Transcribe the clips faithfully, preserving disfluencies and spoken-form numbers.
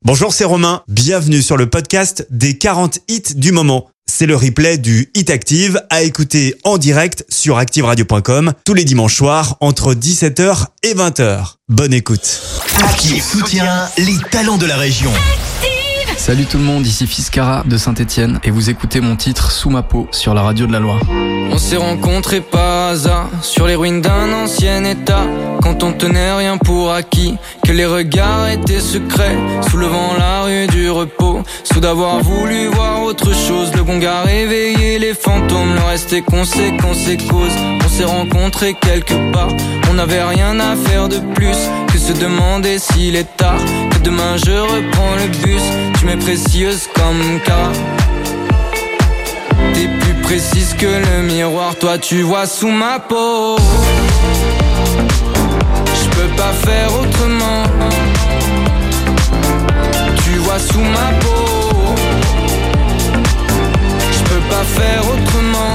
Bonjour, c'est Romain. Bienvenue sur le podcast des quarante hits du moment. C'est le replay du Hit Active à écouter en direct sur active radio point com tous les dimanches soirs entre dix-sept heures et vingt heures. Bonne écoute. Active soutient les talents de la région. Salut tout le monde, ici Fiskara de Saint-Etienne et vous écoutez mon titre Sous ma peau sur la radio de la Loire. On s'est rencontrés par hasard sur les ruines d'un ancien état, quand on tenait rien pour acquis, que les regards étaient secrets, soulevant la rue du repos, sous d'avoir voulu voir autre chose. Le gong a réveillé les fantômes, le reste est conséquence et cause. On s'est rencontrés quelque part, on n'avait rien à faire de plus que se demander s'il est tard, que demain je reprends le bus. Tu m'es précieuse comme Cara, t'es plus précise que le miroir, toi tu vois sous ma peau. Je peux pas faire autrement, tu vois sous ma peau. Je peux pas faire autrement,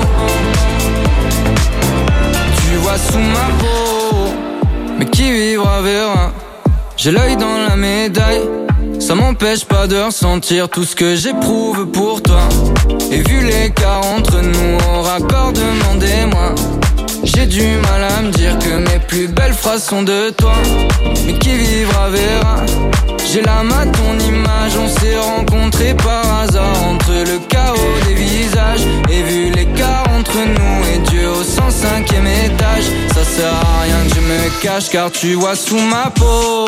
tu vois sous ma peau. Mais qui vivra verra, j'ai l'œil dans la médaille. Ça m'empêche pas de ressentir tout ce que j'éprouve pour toi. Et vu l'écart entre nous, au raccord, demandez-moi. J'ai du mal à me dire que mes plus belles phrases sont de toi. Mais qui vivra verra, j'ai l'âme à ton image. On s'est rencontrés par hasard entre le chaos des visages. Et vu l'écart entre nous et Dieu au cent cinquième étage, ça sert à rien que je me cache car tu vois sous ma peau.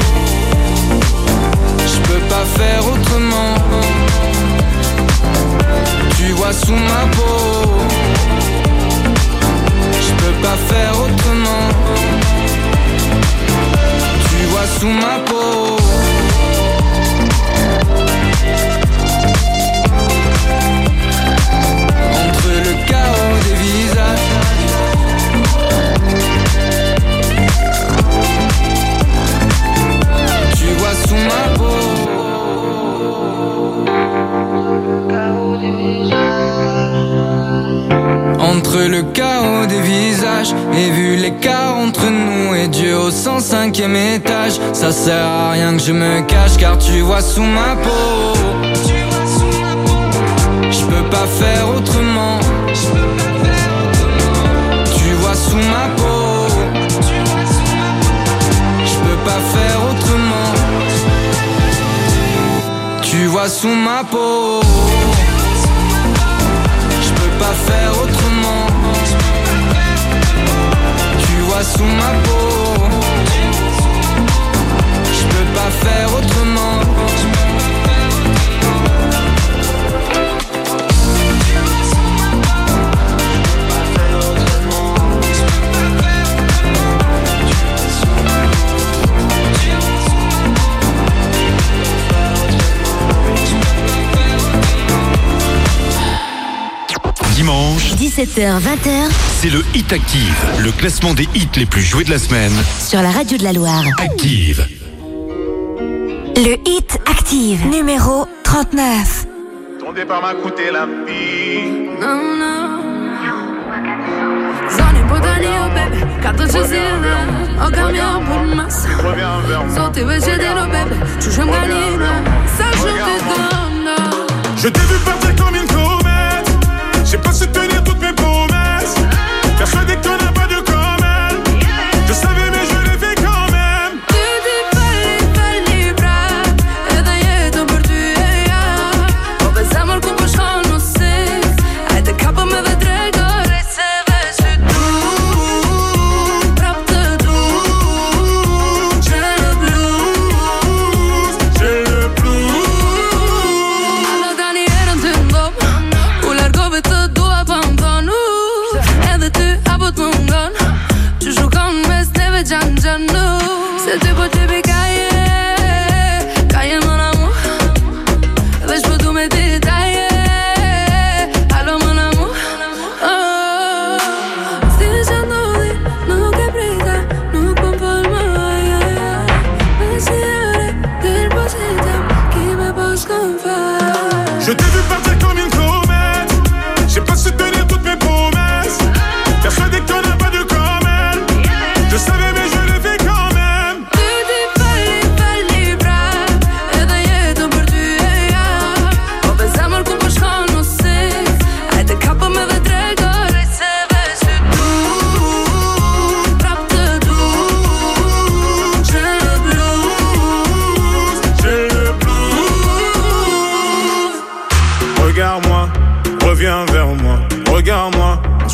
Je peux pas faire autrement, tu vois sous ma peau. Je peux pas faire autrement, tu vois sous ma peau. Entre le chaos des visages, tu vois sous ma peau. Entre le chaos des visages et vu l'écart entre nous et Dieu au cent cinquième étage, ça sert à rien que je me cache car tu vois sous ma peau. Je peux pas faire autrement, tu vois sous ma peau. Je peux pas faire autrement, tu vois sous ma peau. Pas faire autrement, tu vois sous ma peau. Je peux pas faire autrement. Dimanche, dix-sept heures vingt heures, c'est le Hit Active, le classement des hits les plus joués de la semaine. sur la radio de la Loire. Active. Le Hit Active, numéro trente-neuf. Ton départ m'a coûté la vie. No, no. Zoni podali o bebe, kato chizila, o caminhão por massa. Reviens vers moi. Só te vejo de lo bebe, tu je m'ganina, ça je te donne. Je t'ai vu partir comme une comète. J'ai pas su tenir toutes mes promesses. Persuadé que t'en as pas de comme elle. Je savais mais je l'ai fait quand même. Tu te falli, falli pra, e daí tô por tu, yeah. O pensamor cum poșan nu se, ai de capă me vedrei dore se vezi tu. Правда tu, je le blues, je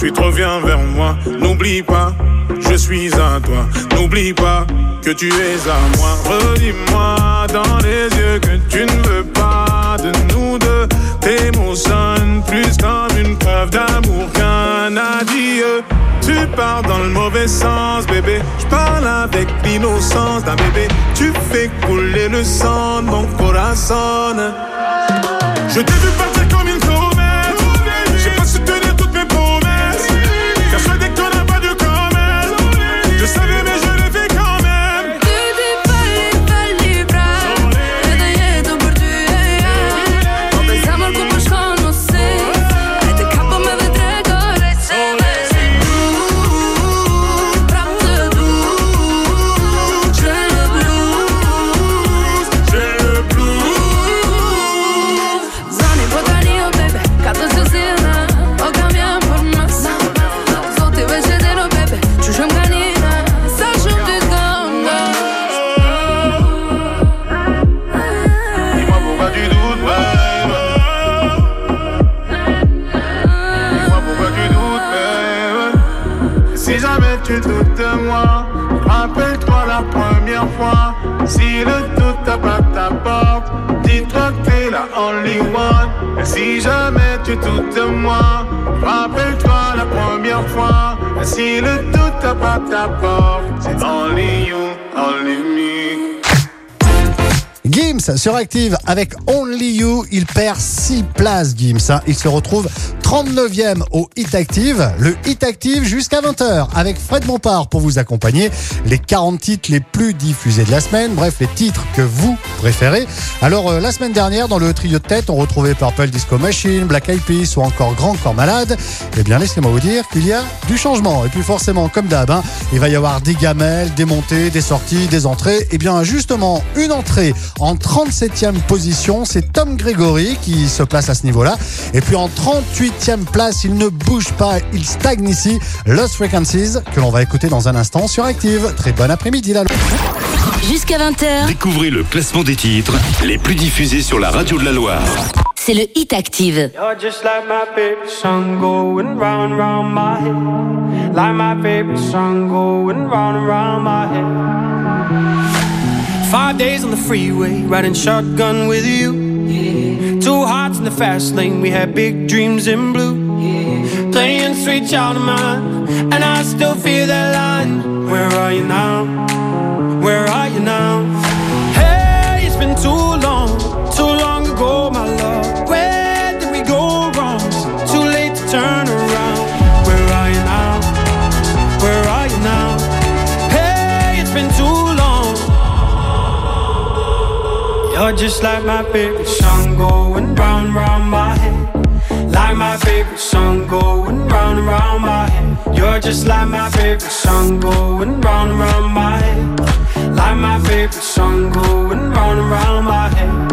Ensuite reviens vers moi, n'oublie pas, je suis à toi. N'oublie pas que tu es à moi. Redis-moi dans les yeux que tu ne veux pas de nous deux. Tes mots sonnent plus comme une preuve d'amour qu'un adieu. Tu pars dans le mauvais sens, bébé. Je parle avec l'innocence d'un bébé. Tu fais couler le sang de mon corazon. Je t'ai vu partir comme une comète. J'ai pas su tenir toutes mes promesses. Persuadé qu'on n'a pas de comète. Je savais mais je l'ai fait quand même. Tu dis falli, falli bravo. E dai e per tu e io. Non pensiamo al cupo sconosce. E te capo me vedrai correre. Tu doutes de moi, rappelle-toi la première fois. Si le doute tape à ta porte, dis-toi que t'es la only one. Et si jamais tu doutes de moi, rappelle-toi la première fois. Et si le doute tape à ta porte, c'est only you, only me. Gims sur Active avec Only You, il perd six places Gims, hein. Il se retrouve trente-neuvième au Hit Active, le Hit Active jusqu'à vingt heures avec Fred Bompard pour vous accompagner, les quarante titres les plus diffusés de la semaine, bref les titres que vous préférez. Alors euh, la semaine dernière dans le trio de tête on retrouvait Purple Disco Machine, Black Eyed Peas ou encore Grand Corps Malade. Eh bien laissez-moi vous dire qu'il y a du changement et puis forcément comme d'hab, hein, il va y avoir des gamelles, des montées, des sorties, des entrées. Et bien justement une entrée en trente-septième position, c'est Tom Gregory qui se place à ce niveau-là. Et puis en trente-huitième place, il ne bouge pas, il stagne ici, Lost Frequencies, que l'on va écouter dans un instant sur Active. Très bon après-midi là. Jusqu'à vingt heures, Découvrez le classement des titres les plus diffusés sur la radio de la Loire. c'est le Hit Active. You're just like my favorite song going round and round my head. Like my favorite song going round and round my head. Five days on the freeway, riding shotgun with you. Yeah. Two hearts in the fast lane, we had big dreams in blue. Yeah. Playing sweet child of mine, and I still feel that line. Where are you now? Where are you now? Hey, it's been too long, too long ago, my love. Where did we go wrong? It's too late to turn around. Where are you now? Where are you now? Hey, it's been too long. You're just like my favorite song going round, round my head. Like my favorite song going round and round my head. You're just like my favorite song going round and round my head. Like my favorite song going round and round my head.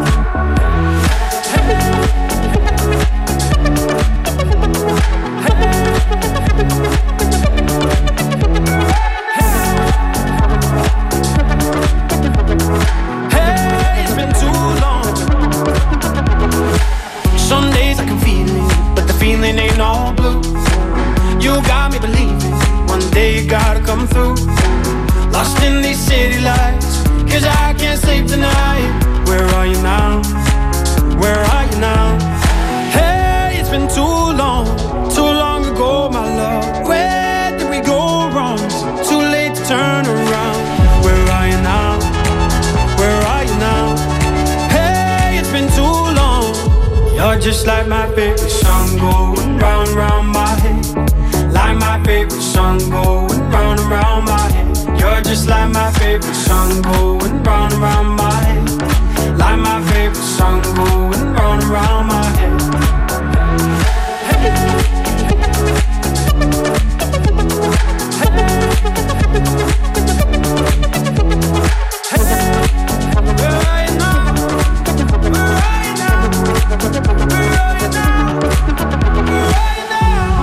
Hey, it's been too long. Some days I can feel it, but the feeling ain't all blue. You got me believing one day you gotta come through. Lost in these city lights, cause I can't sleep tonight. Where are you now? Where are you now? Hey, it's been too long, too long ago, my love. Where did we go wrong? It's too late to turn around. Where are you now? Where are you now? Hey, it's been too long. You're just like my favorite song going round, round my head. Like my favorite song going round and round my head. You're just like my favorite song going round and round my head. Like my favorite song going round and round my head. Where are you now? Where are you now? Where are you now? Where are you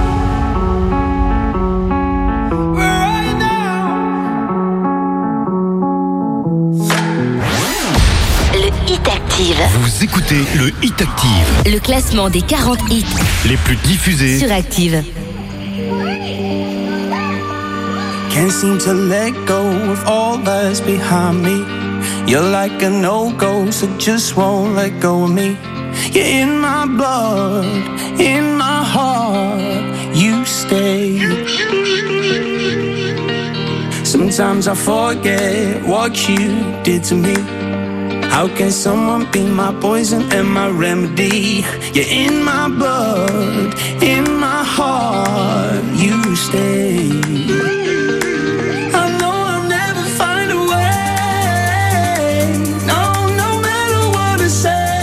now? Where are you now? Le Hit Active, Vous écoutez le Hit Active, le classement des quarante hits les plus diffusés sur Active. Can't seem to let go of all that's behind me. You're like a no-go, so just won't let go of me. You're in my blood, in my heart, you stay. Sometimes I forget what you did to me. How can someone be my poison and my remedy? You're in my blood, in my heart, you stay. I know I'll never find a way. No, no matter what I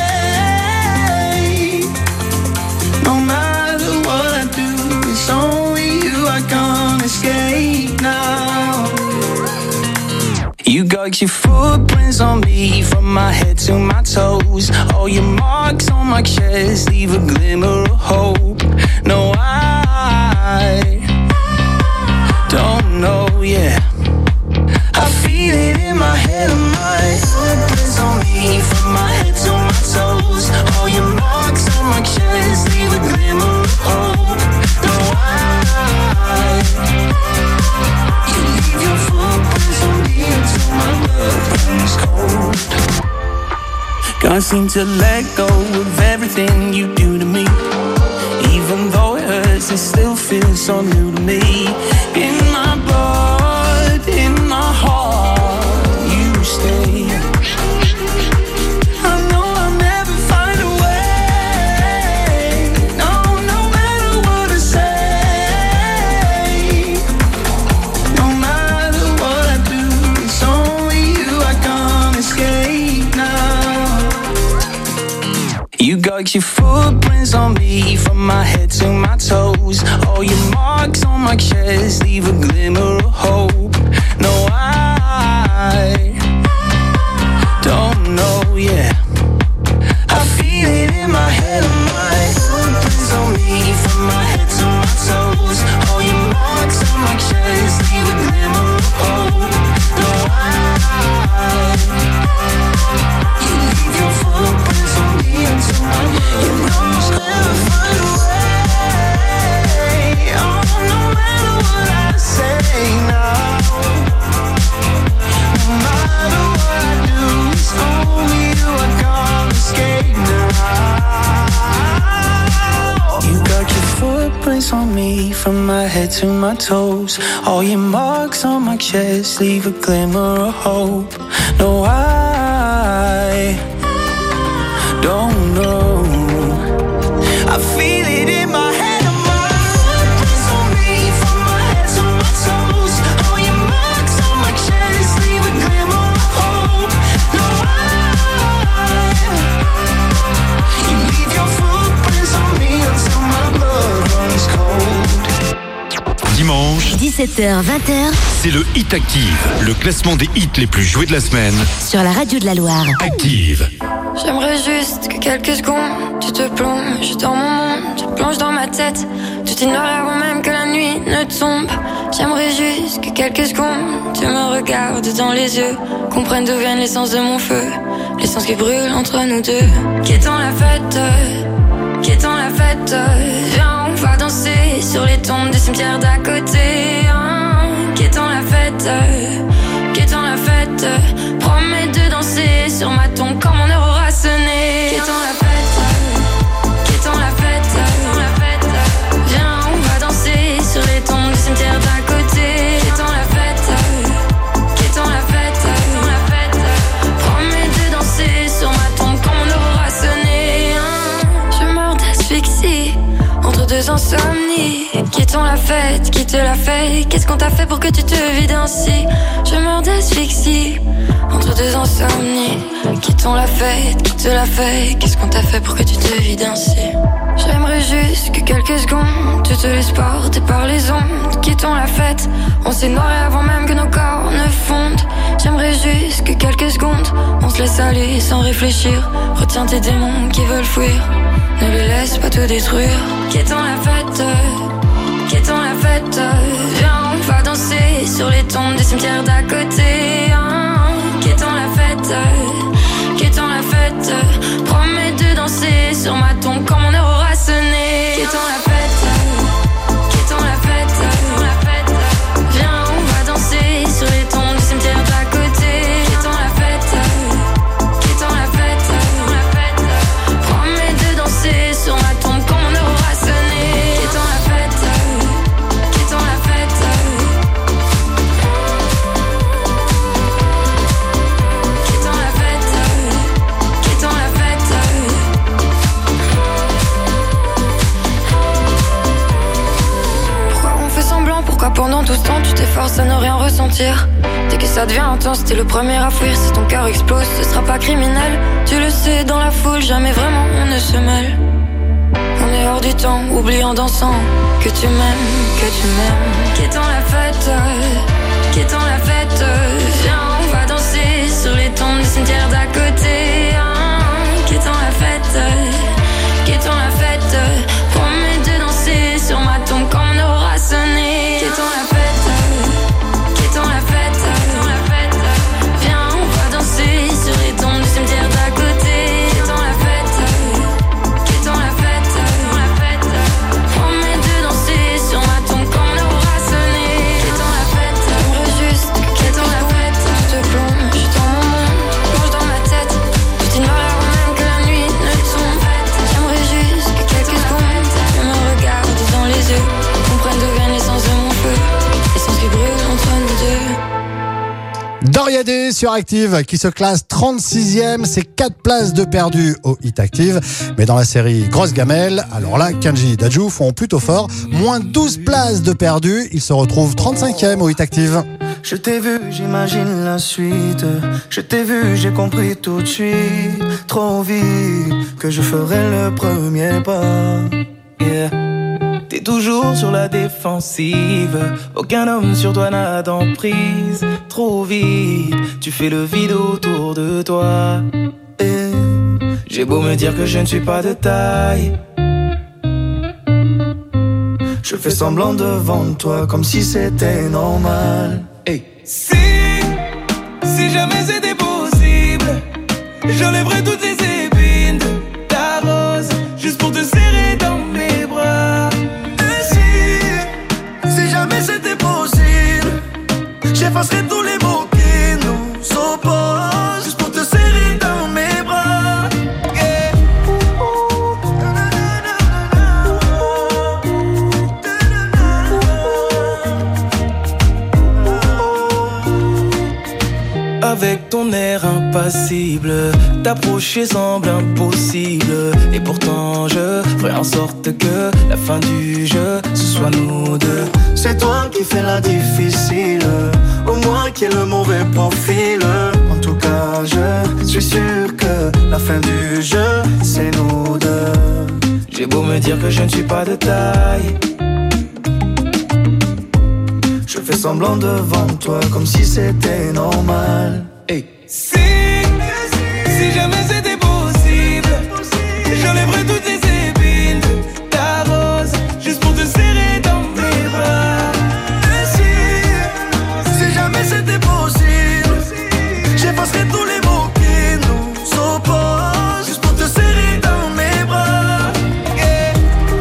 say. No matter what I do, it's only you I can't escape now. You got your footprints on me from my head to my toes. All your marks on my chest leave a glimmer of hope. No, I don't know, yeah. I feel it in my head and my footprints on me from my head to my toes. All your marks on my chest leave a glimmer of hope. No, I you leave your footprints on me until my blood runs cold. Can't seem to let go of everything you do to me. Even though it hurts, it still feels so new to me. In my blood, in my heart, you stay. I know I'll never find a way. No, no matter what I say. No matter what I do, it's only you I can't escape now. You got your footprints on me from my head to my toes. All your marks on my chest leave a glimmer of hope. No, I don't know, yeah. I feel it in my head and my footprints on me from my head to my toes. All your marks on my chest leave a glimmer of hope. No, I you leave your footprints on me until my blood runs cold. Never find a way. Oh, no matter what I say now. No matter what I do, it's only you I can't escape now. You got your footprints on me from my head to my toes. All your marks on my chest leave a glimmer of hope. No, I don't know. I feel it in my head and my footprints on me from my head to my toes. All your marks on my chest leave a glimmer of hope. No, I you leave your footprints on me until my blood runs cold. Dimanche, dix-sept heures vingt, c'est le Hit Active, le classement des hits les plus joués de la semaine. sur la radio de la Loire. Active. J'aimerais juste que quelques secondes tu te plonges dans mon monde, tu plonges dans ma tête. Tout est noir avant même que la nuit ne tombe. J'aimerais juste que quelques secondes tu me regardes dans les yeux, comprennes d'où vient l'essence de mon feu, l'essence qui brûle entre nous deux. Qu'étant la fête, qu'étant la fête, viens on va danser sur les tombes des cimetières d'à côté. Qu'étant la fête, qu'étant la fête, promets de danser sur ma tombe quand mon heure aura sonné. Qu'étant la fête, qu'étant la fête, la fête, viens on va danser sur les tombes du cimetière d'à côté. Qu'étant la fête, qu'étant la fête, la fête, promets de danser sur ma tombe quand mon heure aura sonné. Je meurs d'asphyxie entre deux insomnies. Quittons la fête, qui te l'a fait? Qu'est-ce qu'on t'a fait pour que tu te vides ainsi? Je meurs d'asphyxie entre deux insomnies. Quittons la fête, qui te l'a fait? Qu'est-ce qu'on t'a fait pour que tu te vides ainsi? J'aimerais juste que quelques secondes tu te laisses porter par les ondes. Quittons la fête, on s'est noiré avant même que nos corps ne fondent. J'aimerais juste que quelques secondes on se laisse aller sans réfléchir. Retiens tes démons qui veulent fuir, ne les laisse pas te détruire. Quittons la fête, quittons la fête, viens on va danser sur les tombes des cimetières d'à côté. Quittons la fête, quittons la fête, promets de danser sur ma tombe quand mon heure aura sonné. Quittons la fête, quittons la fête, la fête, viens on va tu t'efforces à ne rien ressentir. Dès que ça devient intense, t'es le premier à fuir. Si ton cœur explose, ce sera pas criminel. Tu le sais, dans la foule, jamais vraiment on ne se mêle. On est hors du temps, oublie en dansant que tu m'aimes, que tu m'aimes. Quittons la fête, quittons la fête. Viens, on va danser sur les tombes du cimetière d'à côté. Quittons la fête, quittons la fête. Promets de danser sur ma tombe quand on aura sonné. Quittons la fête, quittons la fête, quittons la fête. Viens, on va danser sur les tombes du cimetière d'à côté. Quittons la fête, quittons la fête, quittons la fête. Promets de danser sur ma tombe quand on aura sonné. Quittons la fête, j'aimerais juste quittons la fête. Je te plonge dans mon monde, plonge dans ma tête. Je t'ignore la même que la nuit ne tombe. J'aimerais juste que quelques secondes tu me regardes dans les yeux, comprenne d'où vient l'essence de mon feu, l'essence qui brûle entre nous deux. Doriadé sur Active qui se classe trente-sixième, c'est quatre places de perdu au Hit Active. Mais dans la série Grosse Gamelle, alors là, Kenji et Dadju font plutôt fort. Moins douze places de perdu, ils se retrouvent trente-cinquième au Hit Active. Je t'ai vu, j'imagine la suite. Je t'ai vu, j'ai compris tout de suite. Trop vite que je ferai le premier pas. Yeah. T'es toujours sur la défensive. Aucun homme sur toi n'a d'emprise. Trop vite, tu fais le vide autour de toi. Et j'ai beau me dire que je ne suis pas de taille. Je fais semblant devant toi comme si c'était normal. Hey. Si, si jamais c'était possible, j'enlèverais toutes les épines de ta rose, juste pour te serrer dans mes bras. Et si, si jamais c'était possible, j'effacerais tous les mots qui nous opposent, juste pour te serrer dans mes bras. Yeah. Avec ton air impassible, t'approcher semble impossible. Et pourtant je ferai en sorte que la fin du jeu, ce soit nous deux. C'est toi qui fais la difficile, au moins qui est le mauvais profil. En tout cas je suis sûr que la fin du jeu, c'est nous deux. J'ai beau me dire que je ne suis pas de taille, je fais semblant devant toi comme si c'était normal. Hey. Si, si jamais c'était possible, j'enlèverais toutes les épines de ta rose, juste pour te serrer dans mes bras. Et si, si jamais c'était possible, j'effacerais tous les mots qui nous opposent, juste pour te serrer dans mes bras. Yeah.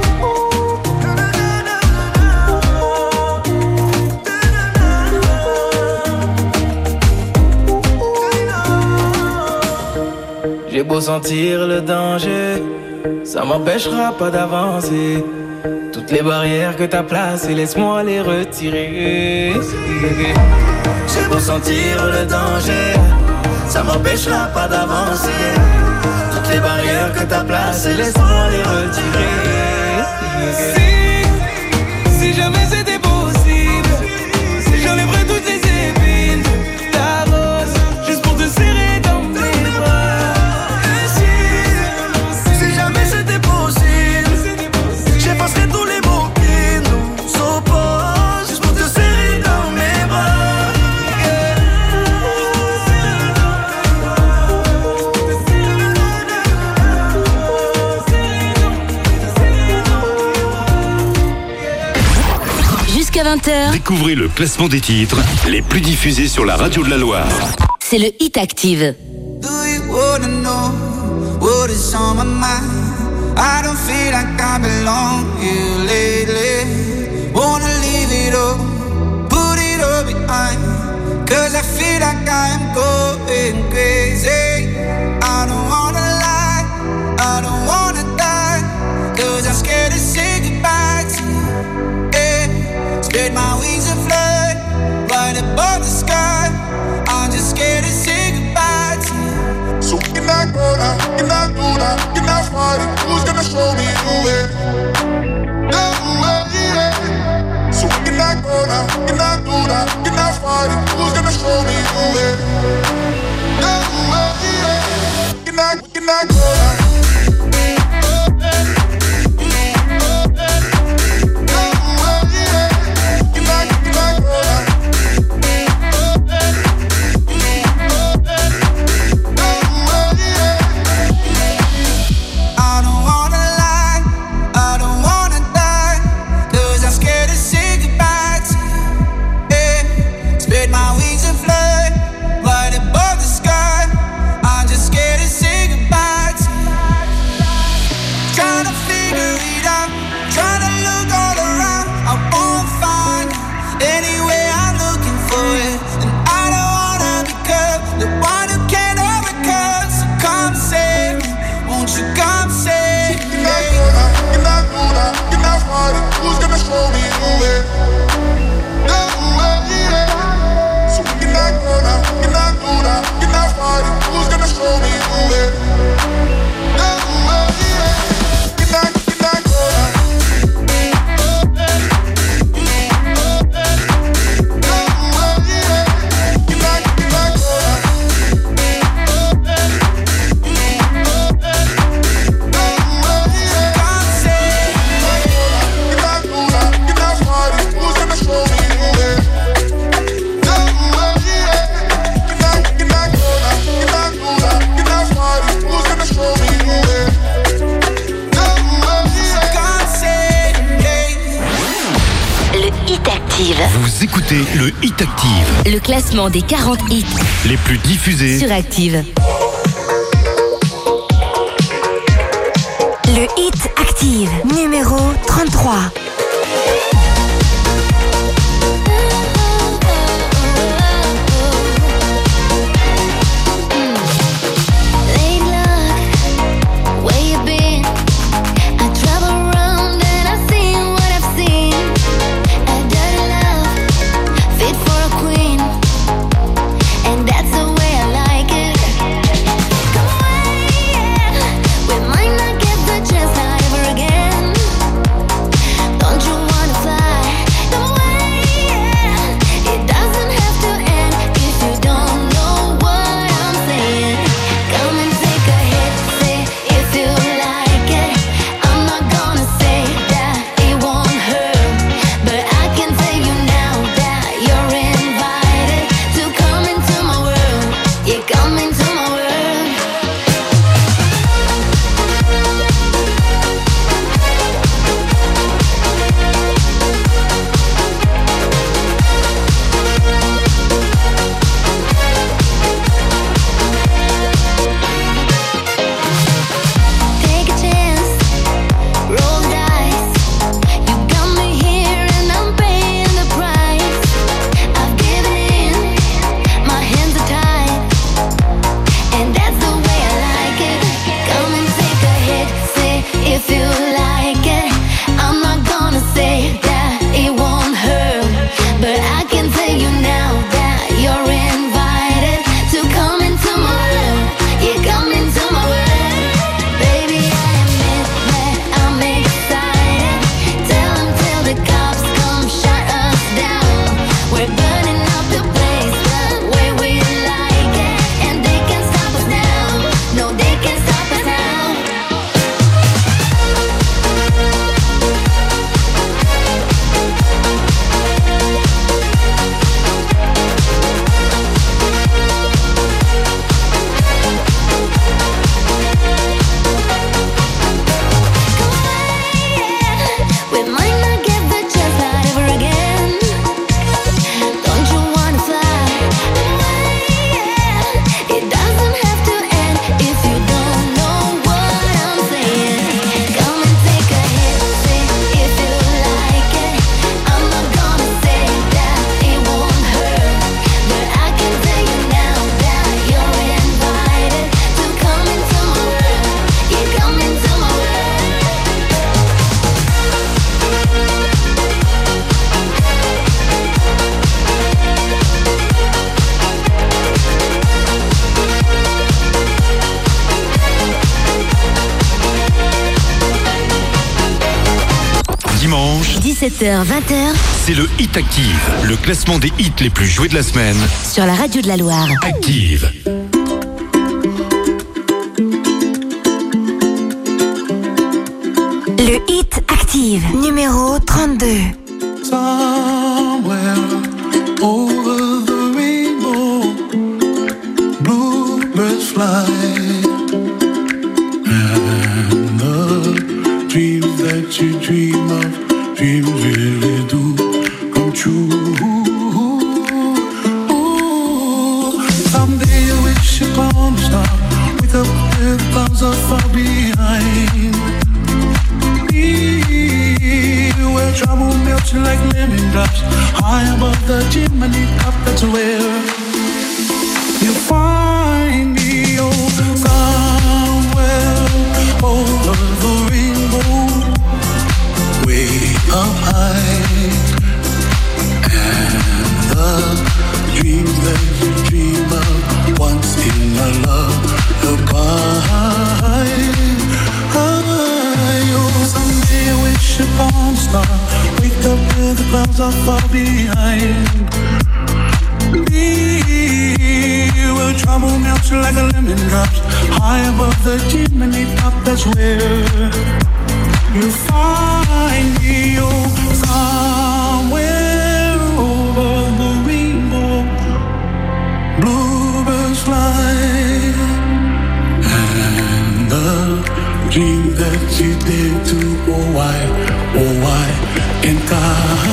J'ai beau sentir le danger, ça m'empêchera pas d'avancer. Toutes les barrières que t'as placées, laisse-moi les retirer. J'ai beau sentir le danger, ça m'empêchera pas d'avancer. Toutes les barrières que t'as placées, laisse-moi les retirer. Si, si jamais c'était possible, j'enlèverais toutes les épines de ta rose, juste pour te serrer dans mes bras. Et si, si jamais c'était possible, j'effacerais tous les mots qui nous opposent, juste pour te serrer dans mes bras. Yeah. Jusqu'à vingt heures, Découvrez le classement des titres les plus diffusés sur la radio de la Loire. c'est le Hit Active. Do you wanna know what is on my mind? I don't feel like I belong here lately. Wanna leave it all, put it all behind. Cause I feel like I am going crazy. I don't wanna lie, I don't wanna die. Cause I'm scared to say goodbye to you. Yeah. Spread my wings and fly right above the sky. I'm just scared to say goodbye to you. So in that corner, in that corner, in that party, who's gonna show me the way? The way, yeah. So in that corner, in that corner. won't you come say? You're not gonna, you're not gonna, you're not funny. Who's gonna show me the way? The way, yeah. So you're not gonna, you're not gonna, you're not funny. Who's gonna show me the way? The way, yeah. You're not, you're not gonna. Vous écoutez le Hit Active. Le classement des quarante hits les plus diffusés sur Active. Le Hit Active, numéro trente-trois. dix-sept heures vingt, c'est le Hit Active, le classement des hits les plus joués de la semaine. Sur la radio de la Loire. Active. Le Hit Active, numéro trente-deux. Somewhere over the rainbow, bluebirds fly, and the dreams that you dream of, dreams really do come true. Ooh, someday you wish upon a star, wake up with clouds are far behind. Where trouble melts like lemon drops, high above the chimney top, that's where you find me. Oh, somewhere so far behind. Me, where trouble melts like a lemon drops high above the chimney top. That's where you find me. Oh, somewhere over the rainbow, bluebirds fly, and the dream that you did to, oh why, oh why can't I?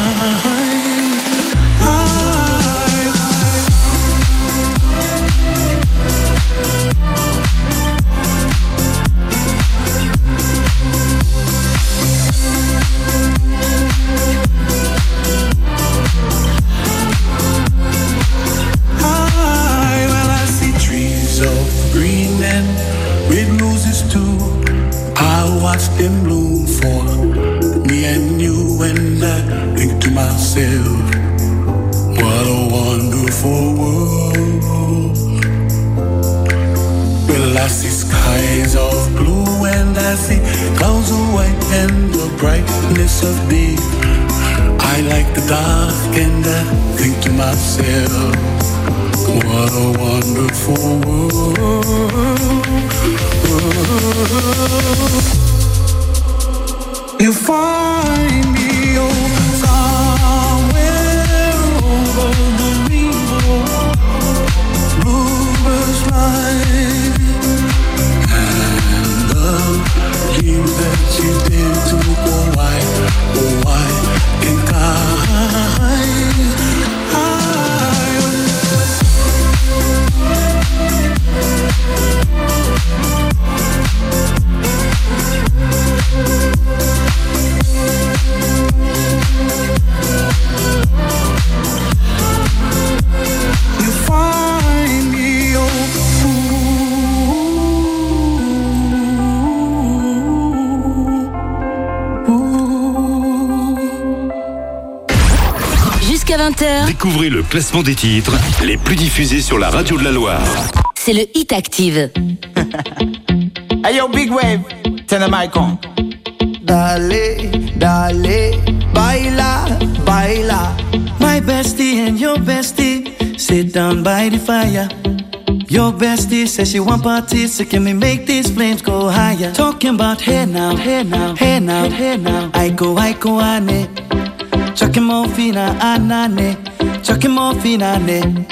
Watch them bloom for me and you, and I think to myself, what a wonderful world. Well, I see skies of blue and I see clouds of white and the brightness of day. I like the dark and I think to myself, what a wonderful world. You find me oh, somewhere over the rainbow, bluebirds fly, and the dream that you did to oh why, oh why can't I? Jusqu'à vingt heures. Découvrez le classement des titres les plus diffusés sur la radio de la Loire. C'est le Hit Active. Hey yo, Big Wave, turn the mic on. Dale, dale, baila, baila. My bestie and your bestie sit down by the fire. Your bestie says she want parties, so can we make these flames go higher? Talking about hey now, hey now, hey now, hey now. I go, I go, ane. Chucking more fina, anane. Chucking more fina, ane.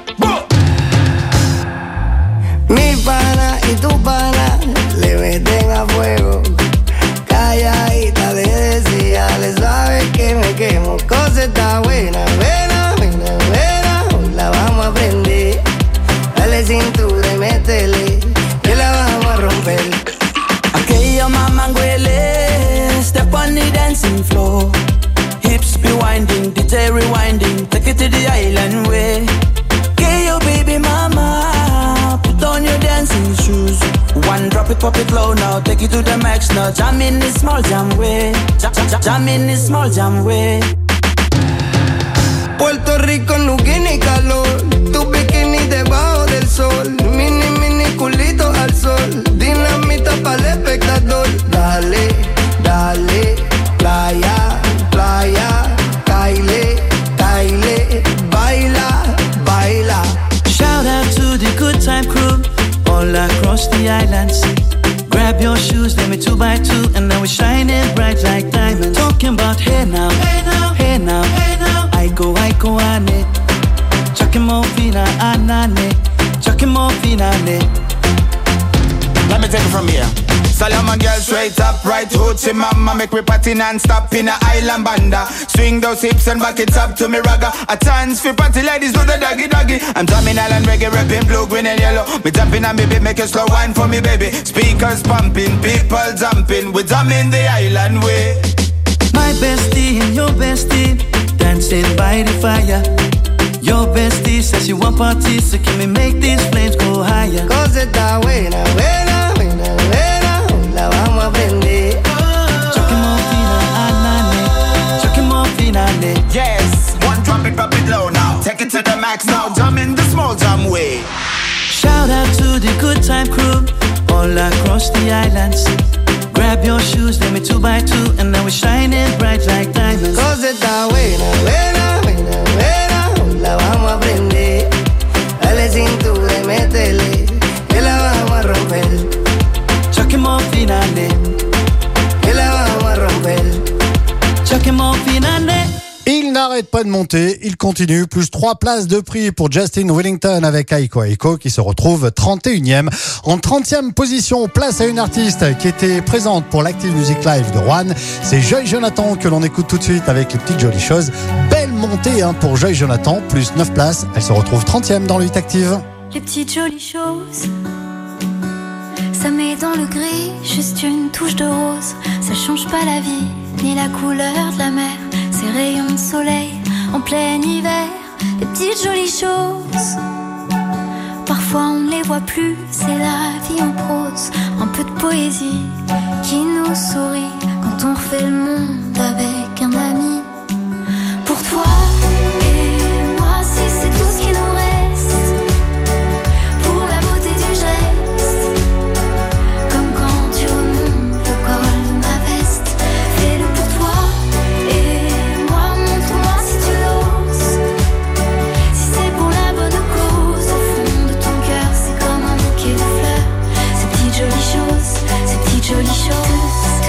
Mi pana y tu pana le meten a fuego. Calladita le decía, le sabe que me quemo. Cosa está buena, buena, buena, buena. Hoy la vamos a prender. Dale cintura y métele, que la vamos a romper. Aquella mamá huele, step on the dancing floor. Hips be winding, D J rewinding, take it to the island way. Okay, your baby mama, put on your dancing shoes. One drop it, pop it low now, take it to the max now. Jam in this small jam way, jam, jam, jam in this small jam way. Puerto Rico no tiene calor, tu bikini debajo del sol, mini mini culito al sol, dinamita para el espectador. Dale, dale, playa, playa, caile, caile, baila, baila. Shout out to the good time crew all across the islands. Grab your shoes, let me two by two, and now we're shining bright like diamonds. Talking about hey now, hey now, hey now, hey now. I go, I go, ane. Chucking more fina, anane. Chucking more fina, ane. Let me take it from here. Solomon girl straight up, right hoochie mama. Make me party non-stop in a island banda. Swing those hips and back it up to me ragga. A chance for party ladies do the doggy doggy. I'm drumming island reggae, rapping blue, green and yellow. Me jumping and me beat, make a slow wine for me baby. Speakers pumping, people jumping. We drumming the island way. My bestie and your bestie dancing by the fire. Your bestie says she want parties, so can we make these flames go higher? Cosa está buena, buena, buena, buena. Hoy la vamos a prender. Chucking more fina, anane. Chucking more fina, ane. Yes, one drop it, drop it low now. Take it to the max now, jam in the small jam way. Shout out to the good time crew all across the islands. Grab your shoes, let me two by two, and now we're shining bright like diamonds. Cosa está buena, buena, buena, buena, la vamos a prender. Dale cintura y métele, que la vamos a romper. Choquemos finales, que la vamos a romper. Choquemos finales. Il n'arrête pas de monter, il continue, plus trois places de prix pour Justin Wellington avec Aiko Aiko qui se retrouve trente et unième. En trentième position, place à une artiste qui était présente pour l'Active Music Live de Rouen. C'est Joy Jonathan que l'on écoute tout de suite avec les petites jolies choses. Belle montée hein, pour Joy Jonathan, plus neuf places. Elle se retrouve trentième dans le huit Active. Les petites jolies choses, ça met dans le gris, juste une touche de rose. Ça change pas la vie, ni la couleur de la mer. Ces rayons de soleil en plein hiver, les petites jolies choses. Parfois on ne les voit plus, c'est la vie en prose. Un peu de poésie qui nous sourit quand on refait le monde avec un ami. Pour toi et moi, si c'est tout ce qui nous reste, pour la beauté du geste, comme quand tu remontes le col de ma veste. Fais-le pour toi. Jolies choses.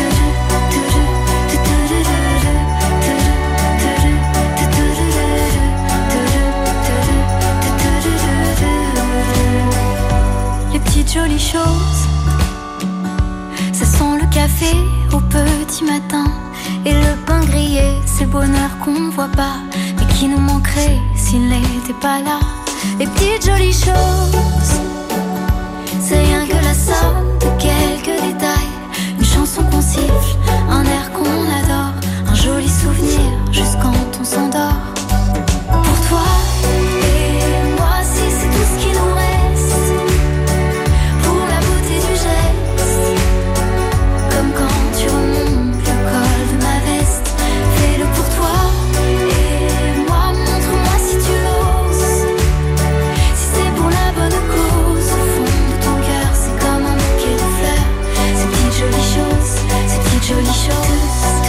Les petites jolies choses, ça sent le café au petit matin et le pain grillé, c'est bonheur qu'on ne voit pas, mais qui nous manquerait s'il n'était pas là. Les petites jolies choses, c'est rien que la somme de quelques détails. Une chanson qu'on siffle, un air qu'on adore, un joli souvenir juste quand on s'endort. Pour toi et moi, si c'est tout ce qui nous reste, pour la beauté du geste, comme quand tu remontes le col de ma veste. Fais-le pour toi et moi, montre-moi si tu l'oses. Si c'est pour la bonne cause, au fond de ton cœur, c'est comme un bouquet de fleurs. Ces petites jolies choses, ces petites jolies choses.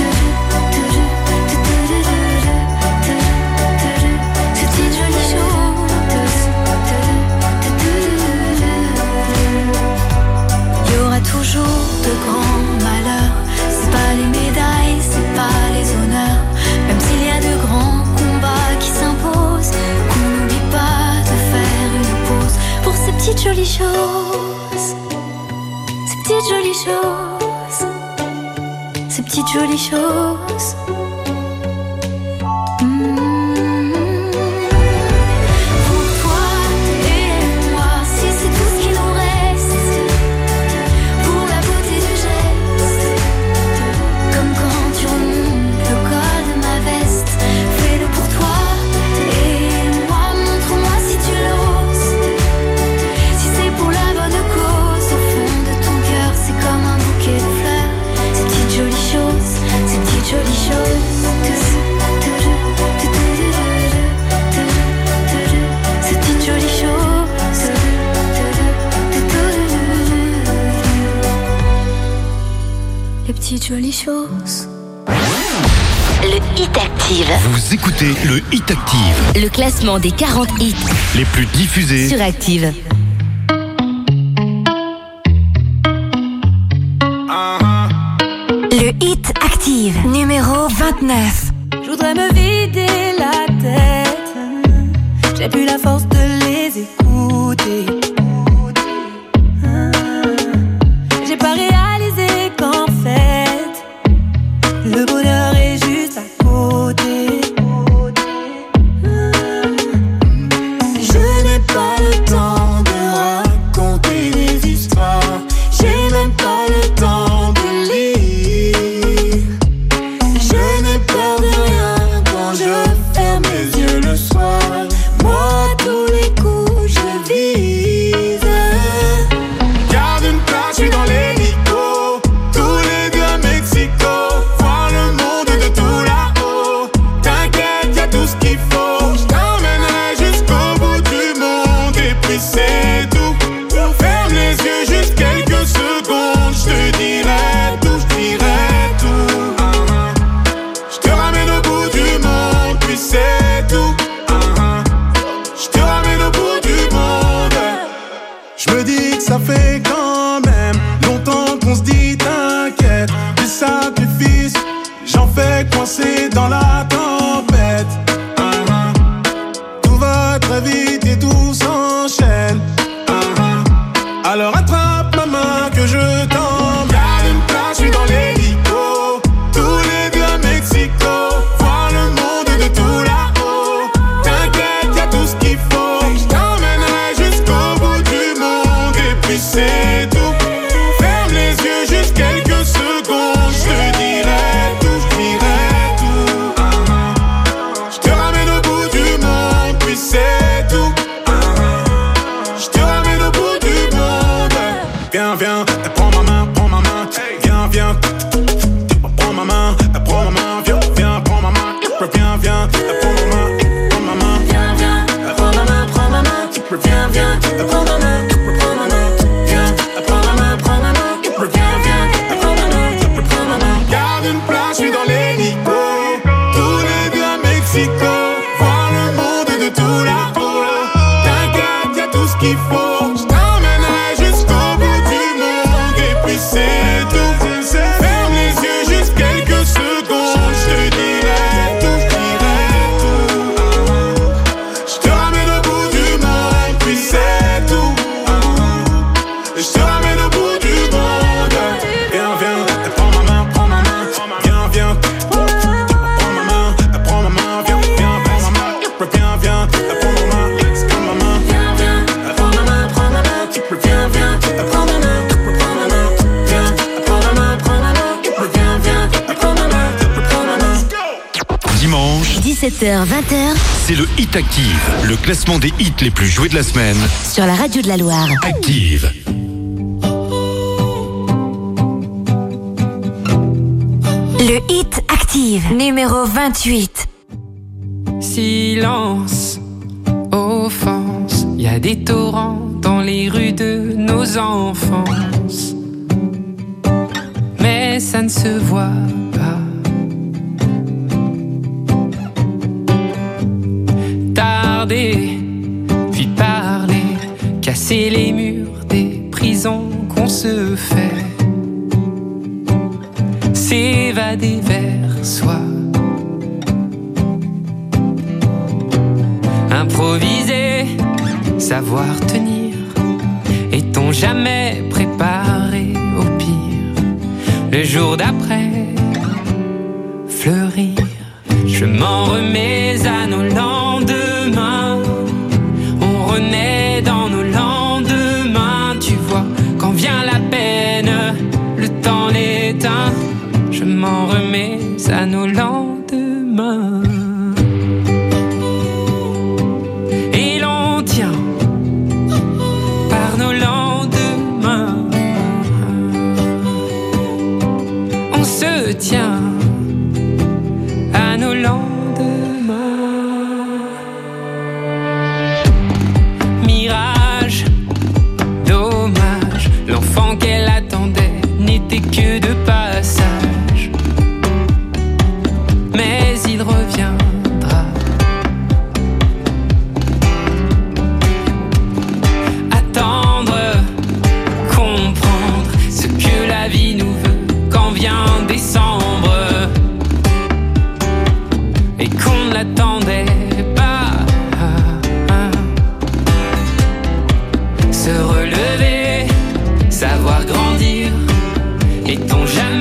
Ces petites jolies choses. Il y aura toujours de grands malheurs. C'est pas les médailles, c'est pas les honneurs. Même s'il y a de grands combats qui s'imposent, qu'on n'oublie pas de faire une pause pour ces petites jolies choses. Ces petites jolies choses. Ces petites jolies choses. Mmh. Pour toi et moi, si c'est tout ce qui nous reste, pour la beauté du geste, comme quand tu remontes le col de ma veste. Fais-le pour toi et moi, montre-moi si tu l'oses. Si c'est pour la bonne cause, au fond de ton cœur, c'est comme un bouquet de fleurs. Ces petites jolies choses, ces petites jolies choses. Ces petites jolies choses. Les petites jolies choses. Le Hit Active. Vous écoutez le Hit Active. Le classement des quarante hits Les plus diffusés sur Active. Le Hit Active, numéro vingt-neuf. Je voudrais me vider la tête. J'ai plus la force de les écouter. J'ai pas réalisé qu'en fait le bonheur est juste à côté. Je n'ai pas le temps de raconter des histoires. J'ai même pas le temps de lire. Je n'ai peur de rien quand je ferme mes yeux le soir. Moi, tous les coups, je vis. qu'on se dit t'inquiète. Des sacrifices, j'en fais coincer dans la tempête. Uh-huh. Tout va très vite et tout s'enchaîne. Uh-huh. Alors attrape ma main que je t'emmène. Garde une place, je suis dans l'hélico. Tous les deux à Mexico. Voir le monde de tout là-haut. T'inquiète, y'a tout ce qu'il faut. Je t'emmènerai jusqu'au bout du monde. Et puis c'est tout. Ferme les yeux juste quelques secondes. Je te dirai tout, je dirai tout. Uh-huh. Je te ramène au bout du monde. Puis c'est tout. Uh-huh. Je te ramène au bout du monde. Viens, viens, prends ma main, prends ma main. Viens, viens, prends ma main, prends ma main. Viens, viens, prends ma main. Viens, viens, prends ma main, prends ma main. Viens, viens, prends ma main, prends ma main. Viens, viens, prends ma main, prends ma main. Viens, prends ma main, prends ma main. Viens, viens, prends ma main, prends ma main. Garde une place, je suis dans l'hélico. Tous les deux à Mexico. Voir le monde de tout là-haut. T'inquiète, y'a tout ce qu'il faut. Je t'emmènerai jusqu'au bout du monde. Et puis c'est tout. Ferme les yeux juste quelques secondes. Je te dirai tout, je dirai tout. Je te ramène au bout du monde. Puis c'est tout. Je te ramène au bout du monde. Viens, viens, prends ma main, prends ma main. Viens, viens, prends ma main, prends ma main. Viens, viens, prends ma main. Viens, viens, prends ma main. Prends ma main. Viens, viens, prends ma main, prends ma main. Viens, viens, prends ma main, prends ma main. Viens, prends ma main, prends ma main. Viens, viens, prends ma main, prends ma main. Dimanche, dix-sept heures vingt heures c'est le Hit Active, le classement des hits les plus joués de la semaine. sur la radio de la Loire. Active. Le Hit Active, numéro vingt-huit. Silence, offense, y a des torrents dans les rues de nos enfances. Mais ça ne se voit pas. Tarder, puis parler, casser les murs des prisons qu'on se fait. S'évader vers soi. Improviser, savoir tenir. Est-on jamais préparé au pire? Le jour d'après, fleurir. Je m'en remets à nos lendemains. On renaît dans nos lendemains. Tu vois, quand vient la peine, le temps l'éteint. Je m'en remets à nos lendemains. Et l'on tient par nos lendemains. On se tient à nos lendemains. Mirage, dommage, l'enfant qu'elle attendait n'était que de passage. Mais il reviendra. Attendre, comprendre ce que la vie nous veut quand vient décembre et qu'on ne l'attendait pas. Se relever, savoir grandir. Est-on jamais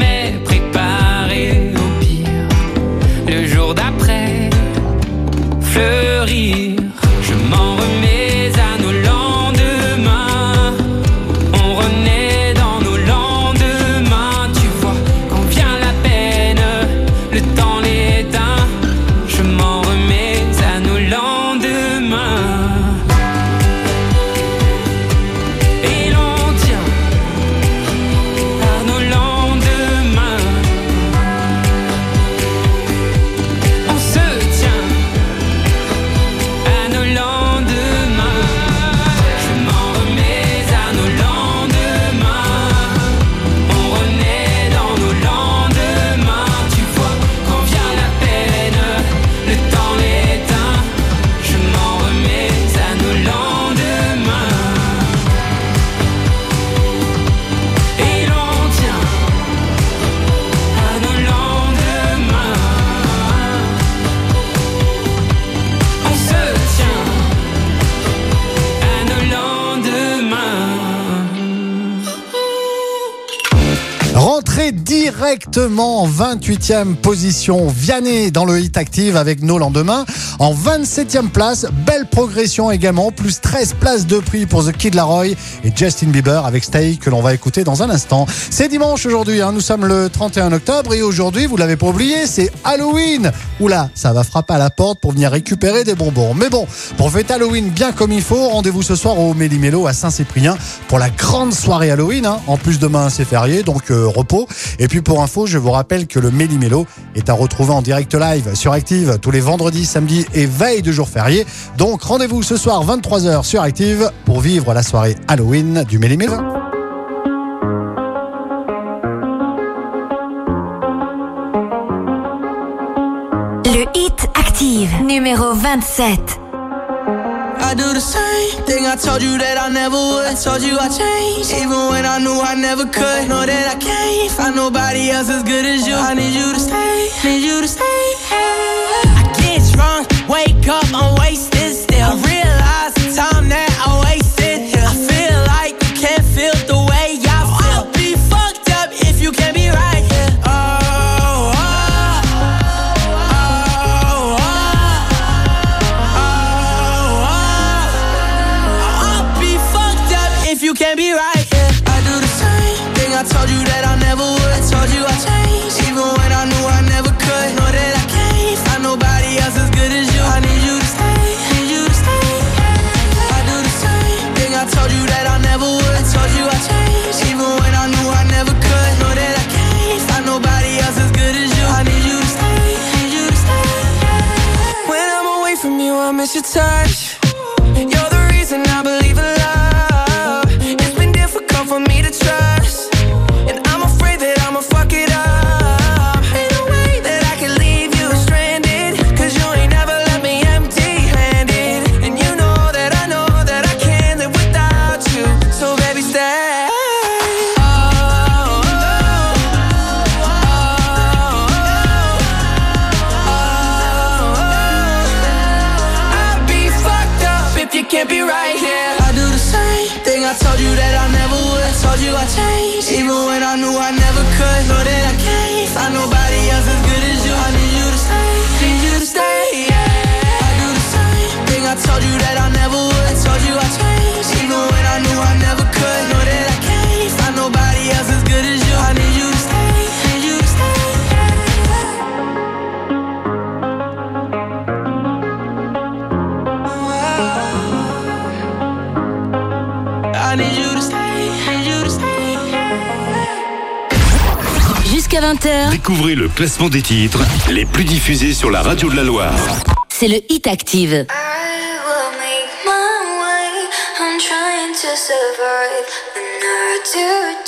Rentrez directement en vingt-huitième position. Vianney dans le Hit Active avec Nos lendemains. En vingt-septième place, belle progression également. Plus treize places de prix pour The Kid Laroi et Justin Bieber avec Stay que l'on va écouter dans un instant. C'est dimanche aujourd'hui, hein. Nous sommes le trente et un octobre et aujourd'hui, vous l'avez pas oublié, c'est Halloween. Oula, ça va frapper à la porte pour venir récupérer des bonbons. Mais bon, pour fêter Halloween bien comme il faut, rendez-vous ce soir au Méli-Mélo à Saint-Cyprien pour la grande soirée Halloween, hein. En plus, demain, c'est férié, donc euh, repos. Et puis pour info, je vous rappelle que le Méli-Mélo est à retrouver en direct live sur Active tous les vendredis, samedis et veille de jour férié. Donc rendez-vous ce soir vingt-trois heures sur Active pour vivre la soirée Halloween du Méli-Mélo. Le Hit Active, numéro vingt-sept. I do the same thing I told you that I never would. I told you I changed, even when I knew I never could. Know that I can't find nobody else as good as you. I need you to stay, need you to stay. I get drunk, wake up, I'm wasted still. I realize the time that I wasted here. I feel like you can't feel the way I feel. I'll be fucked up if you can't be right here. Oh, oh, oh, oh, oh, oh. I'll be fucked up if you can't be right here. I do the same thing I told you that I never would. I told you I changed, even when I knew I never could. Know that I can't find nobody else as good as you. I need you to stay, need you to stay. I do the same thing I told you that I never would. I told you I changed, even when I knew I never could. Know that I can't find nobody else as good as you. I need you to stay, need you to stay. When I'm away from you, I miss your touch. You're the reason I believe in love. It's been difficult for me to trust, and I'm afraid that I'ma fuck it up. Ain't no way that I can leave you stranded, cause you ain't never left me empty-handed. And you know that I know that I can't live without you. So baby, stay. Oh, oh, oh, oh, oh. I'd be fucked up if you can't be right here. I do the same thing I told you that I never would. I told you I changed, even when I knew I never could. Know that I can't find nobody else as good as you. I need you to stay, need you to stay. I do the same thing I told you that I never would. I told you I changed, even when I knew I never could. Know that I can't find nobody else as good as you. I need you to stay, need you to stay. I need you to stay, need you to stay. Jusqu'à vingt heures, Découvrez le classement des titres les plus diffusés sur la radio de la Loire. c'est le Hit Active. I will make my way. I'm trying to survive another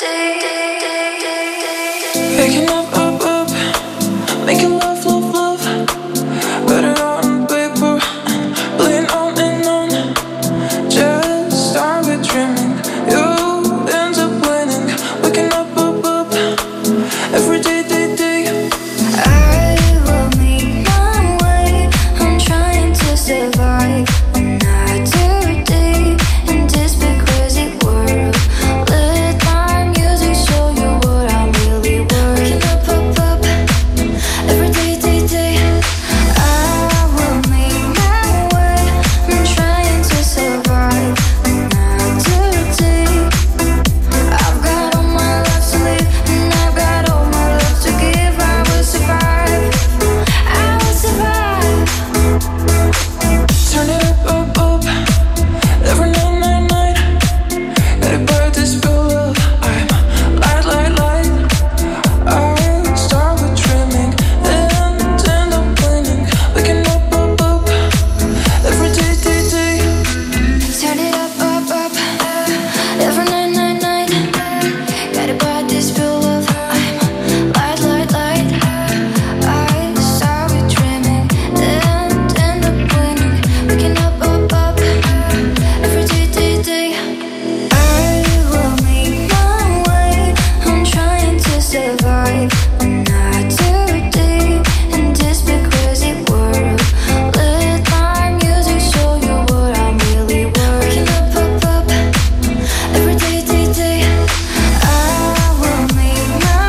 day. Waking up, up, up, making love, love, love. Better on paper, playing on and on. Just start with dreaming, you end up winning. Waking up, up, up, every day, day, day. I will make my way. I'm trying to survive another day in this big crazy world. Let my music show you what I'm really worth. Waking up, up, up, every day, day, day. I will make my way. I'm trying to survive another day. I've got all my life to live, and I've got all my love to give. I will survive. I will survive. Turn it up, up, up, every night, night, night. Gotta burn this bill up. I'm light, light, light. I start with dreaming and end up winning. Waking up, up, up, every day, day, day. Turn it up, up, up, every night, night, night. Gotta buy this bill of I'm light, light, light. I start with dreaming and end up winning. Waking up, up, up, every day, day, day. I will make my way. I'm trying to survive another day in this big crazy world. Let my music show you what I'm really worth. Waking up, up, up, every day, day, day. I will make my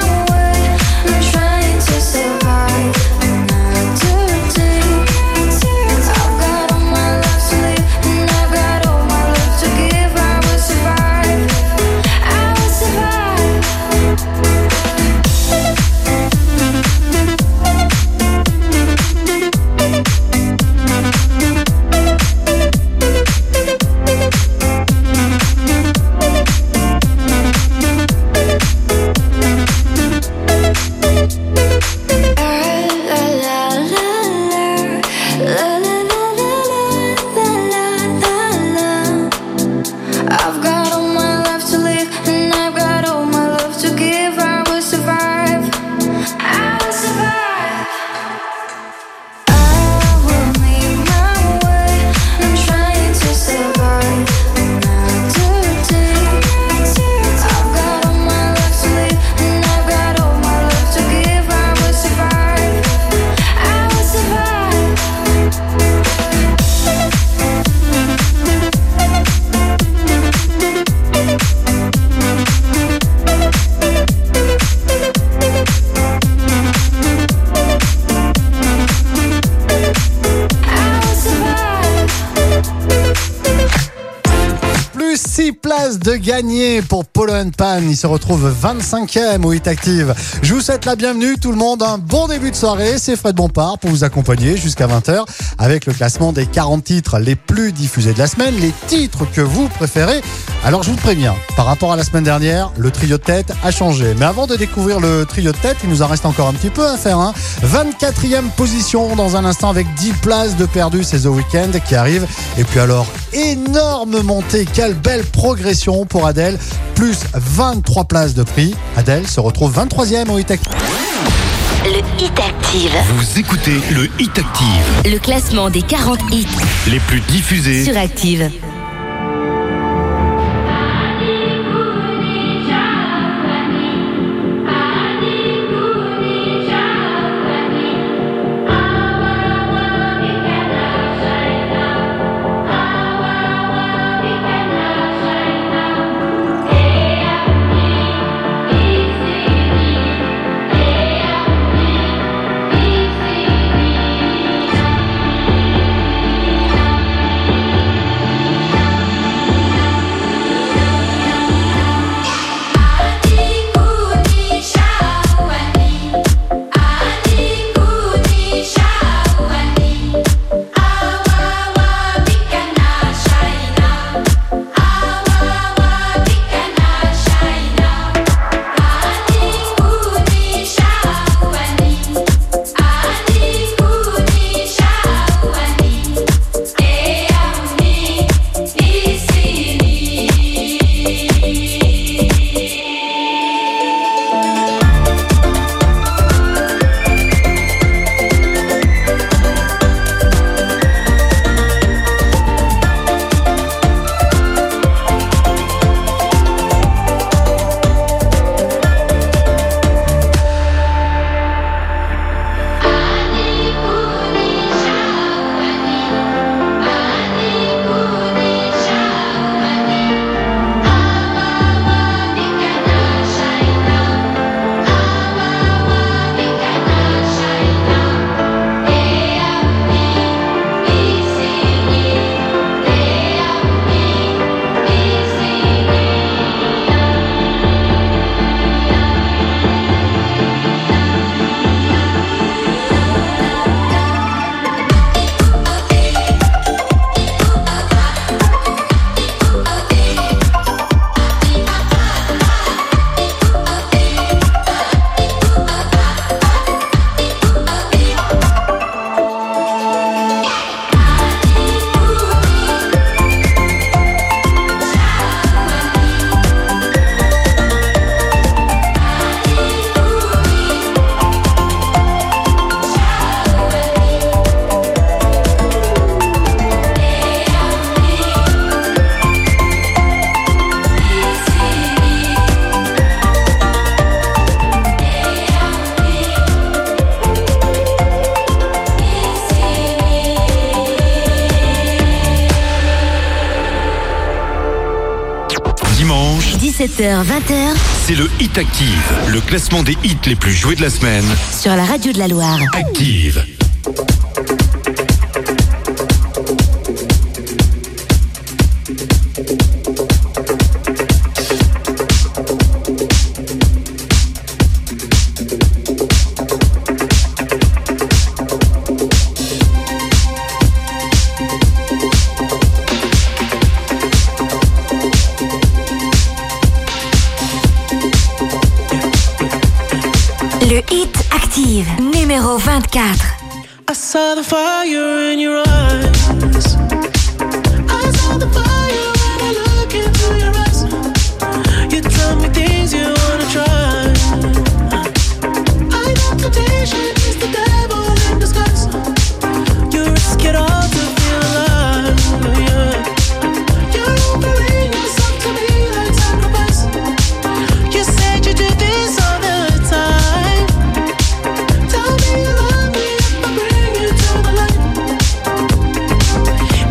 dix places de gagné pour Polo and Pan. Il se retrouve vingt-cinquième au Hit Active. Je vous souhaite la bienvenue tout le monde. Un bon début de soirée. C'est Fred Bompard pour vous accompagner jusqu'à vingt heures avec le classement des quarante titres les plus diffusés de la semaine. Les titres que vous préférez. Alors je vous préviens, par rapport à la semaine dernière, le trio de tête a changé. Mais avant de découvrir le trio de tête, il nous en reste encore un petit peu à faire. Hein. vingt-quatrième position dans un instant avec dix places de perdu. C'est The Weeknd qui arrive. Et puis alors, énorme montée. Quelle belle progression pour Adèle. Plus vingt-trois places de prix. Adèle se retrouve vingt-troisième au Hit Active. Le Hit Active. Vous écoutez le Hit Active. Le classement des quarante hits les plus diffusés sur Active. dix-sept heures vingt heures. C'est le Hit Active, le classement des hits les plus joués de la semaine. Sur la radio de la Loire. Active. Le Hit Active, numéro vingt-quatre. I saw the fire in your eyes. I saw the fire when I look into your eyes. You tell me things you wanna try. I know temptation is the devil in disguise. You risk it all to feel alive, yeah. You're offering yourself to me like sacrifice. You said you do this all the time. Tell me you love me if I bring you to the light.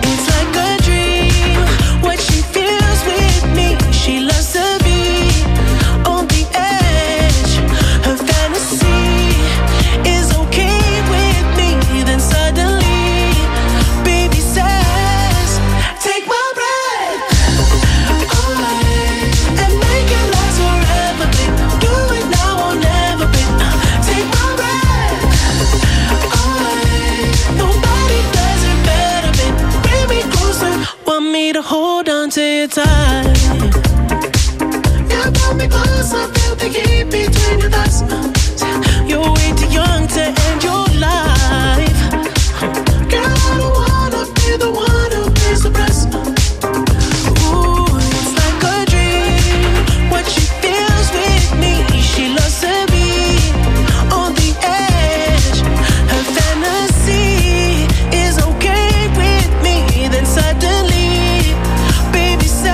your time. You brought me close, I felt the heat between your thighs. You're way too young to end your life. Girl, I don't wanna be the one who pays the price. Ooh, it's like a dream. What she feels with me, she loves to be on the edge. Her fantasy is okay with me. Then suddenly, baby says,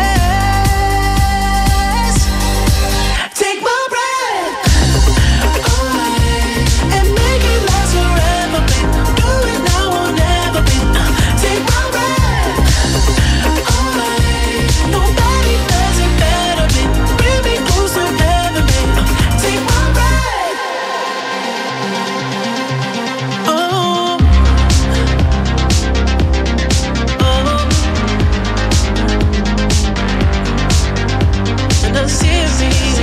take my breath away and make it last forever, babe. Do it now or never, babe. Take my breath away. Nobody does it better, babe. Bring me close to heaven, babe. Take my breath. Oh, oh. And I'm serious.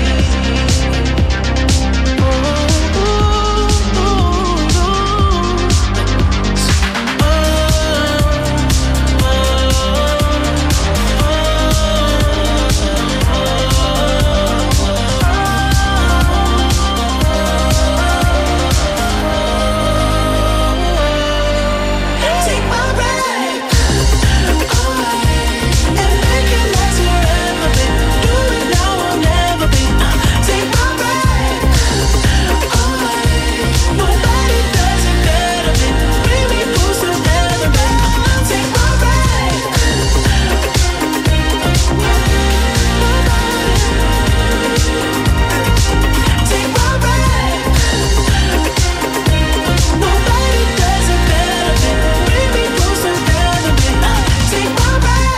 Take my breath away and make it last forever, babe. Do it now or never, babe. Take my breath away. Nobody does it better, babe. Bring me close to heaven, babe. Take my breath. Take my breath. Nobody does it better, babe. Bring me close to heaven, babe. Take my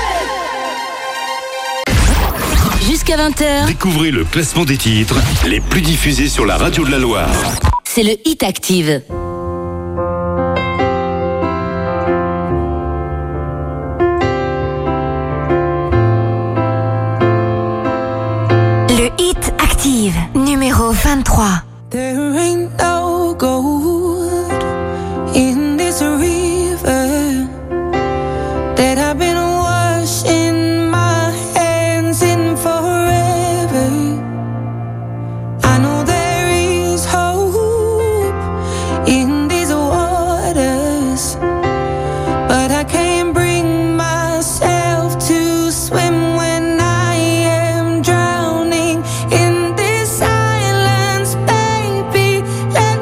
breath. Jusqu'à vingt heures, Découvrez le classement des titres les plus diffusés sur la radio de la Loire. c'est le Hit Active. Le Hit Active, numéro vingt-trois. There ain't no gold in this river that I've been washing my hands in forever. I know there is hope in these waters, but I can't bring myself to swim when I am drowning in this silence, baby. Let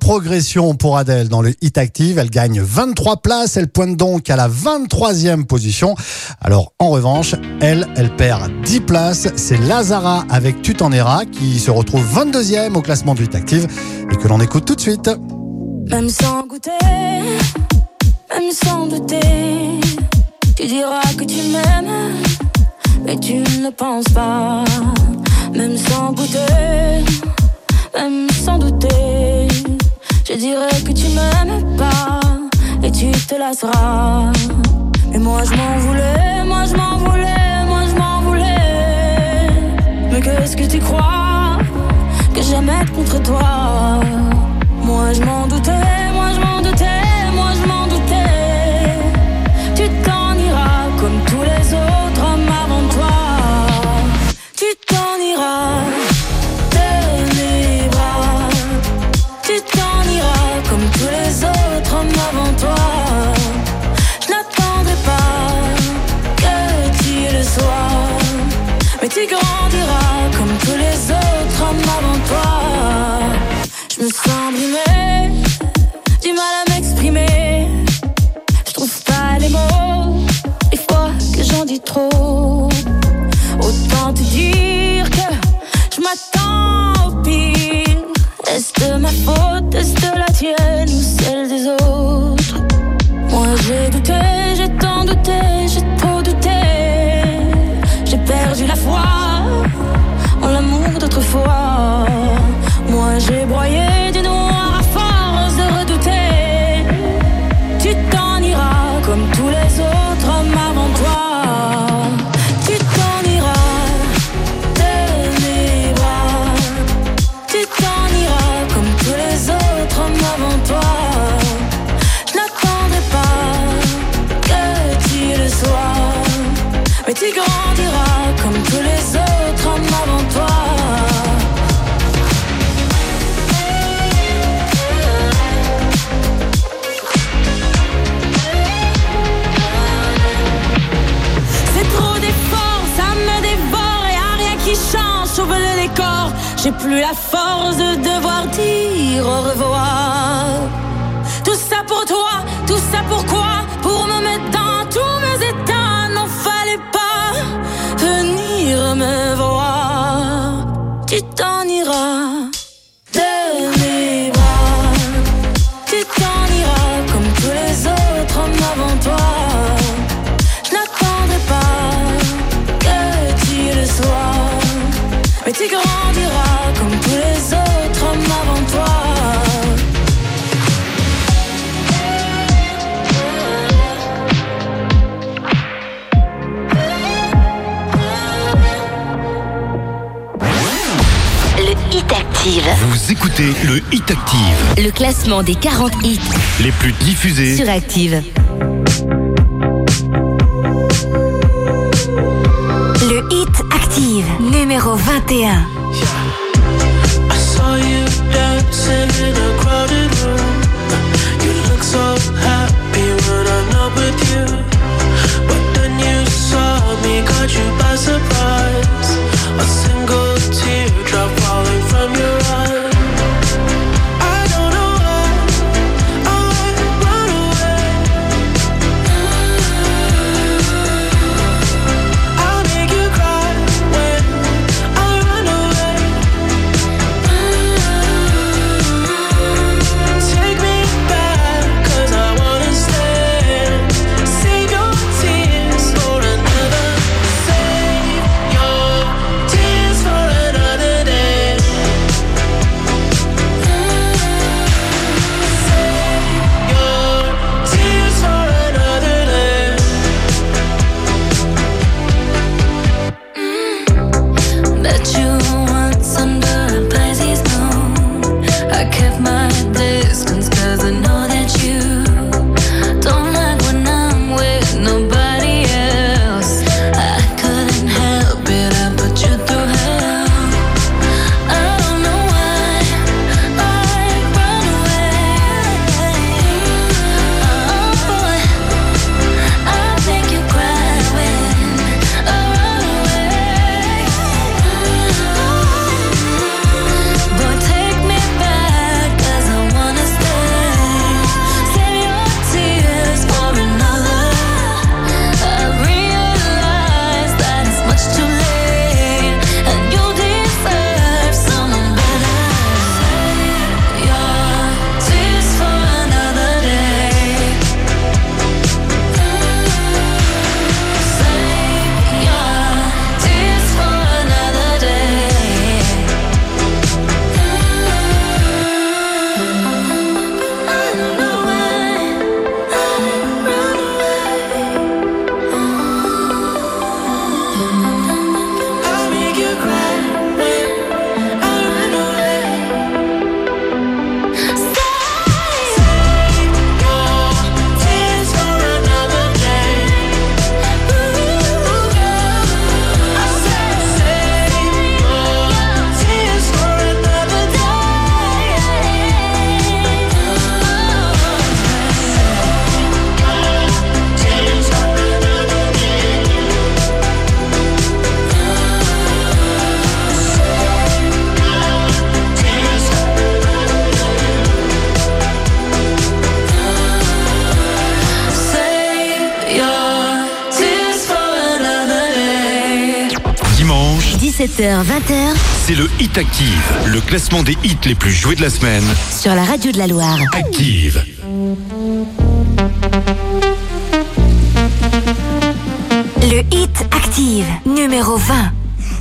progression pour Adèle dans le Hit Active. Elle gagne vingt-trois places. Elle pointe donc à la vingt-troisième position. Alors, en revanche, elle, elle perd dix places. C'est Lazara avec Tu t'en iras qui se retrouve vingt-deuxième au classement du Hit Active et que l'on écoute tout de suite. Même sans goûter, même sans douter, tu diras que tu m'aimes, mais tu ne le penses pas. Même sans goûter, même sans douter, je dirais que tu m'aimes pas et tu te lasseras. Mais moi je m'en voulais, moi je m'en voulais, moi je m'en voulais. Mais qu'est-ce que tu crois que j'aime être contre toi? Moi je m'en doutais, moi je m'en doutais, moi je m'en doutais. Tu t'en iras comme tous les autres hommes avant toi. Tu t'en iras de mes bras. Tu t'en iras comme tous les autres hommes avant toi. Je n'attendrai pas que tu le sois, mais tu grandiras comme tous les autres hommes avant toi. Je me sens brimée, du mal à m'exprimer. Je trouve pas les mots, des fois que j'en dis trop. Autant te dire que je m'attends au pire. Est-ce de ma faute, est-ce de la tienne ou celle des autres? Moi j'ai douté, j'ai tant douté, j'ai trop douté. J'ai perdu la foi en l'amour d'autrefois. Moi j'ai broyé du noir à force de redouter. Tu t'en iras comme tous les autres hommes avant toi. Tu t'en iras de mes bras. Tu t'en iras comme tous les autres hommes avant toi. Je n'attendrai pas que tu le sois, mais tu grandiras comme tous les autres hommes avant toi. Sauve le décor, j'ai plus la force de devoir dire au revoir. Tout ça pour toi, tout ça pourquoi? Pour me mettre dans tous mes états, n'en fallait pas venir me voir. Tu t'en iras de mes bras. Tu t'en iras comme tous les autres hommes avant toi. Je n'attendrai pas que tu le sois, mais tu grandiras comme tous les autres hommes avant toi. Le Hit Active. Vous écoutez le Hit Active. Le classement des quarante hits les plus diffusés sur Active. Le Hit Active, numéro vingt et un. I saw you dancing in a crowded room. You look so happy when I'm not with you. But then you saw me, caught you by surprise. A single teardrop falling from your eye. I don't know why I run away. I'll make you cry when I run away. dix-sept heures vingt heures. C'est le Hit Active, le classement des hits les plus joués de la semaine. Sur la radio de la Loire. Active. Le Hit Active, numéro vingt.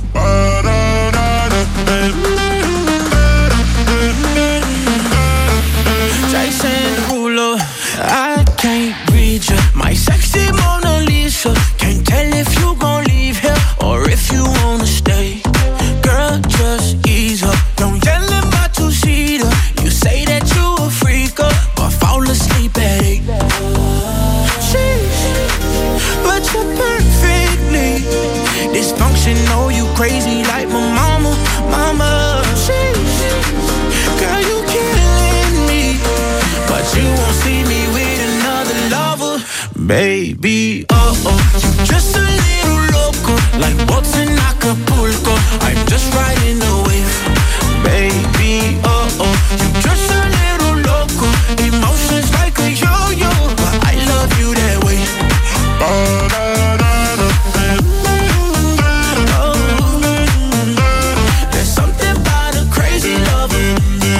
Jason Derulo, I can't read you. My sexy Mona Lisa. Can't tell if you gon' leave here or if you wanna stay. Girl, just ease up. Don't yell in my two-seater. You say that you a freak up, but fall asleep at eight. Sheesh, but you're perfectly dysfunctional. You crazy like my mama, mama. Sheesh, girl, you killing me, but you won't see me with another lover, baby. Oh oh, you just a little loco, like boats in Acapulco. I'm just riding the wave, baby. Oh oh, you just a little loco, emotions like a yo-yo, but I love you that way. Oh, there's something about a crazy lover.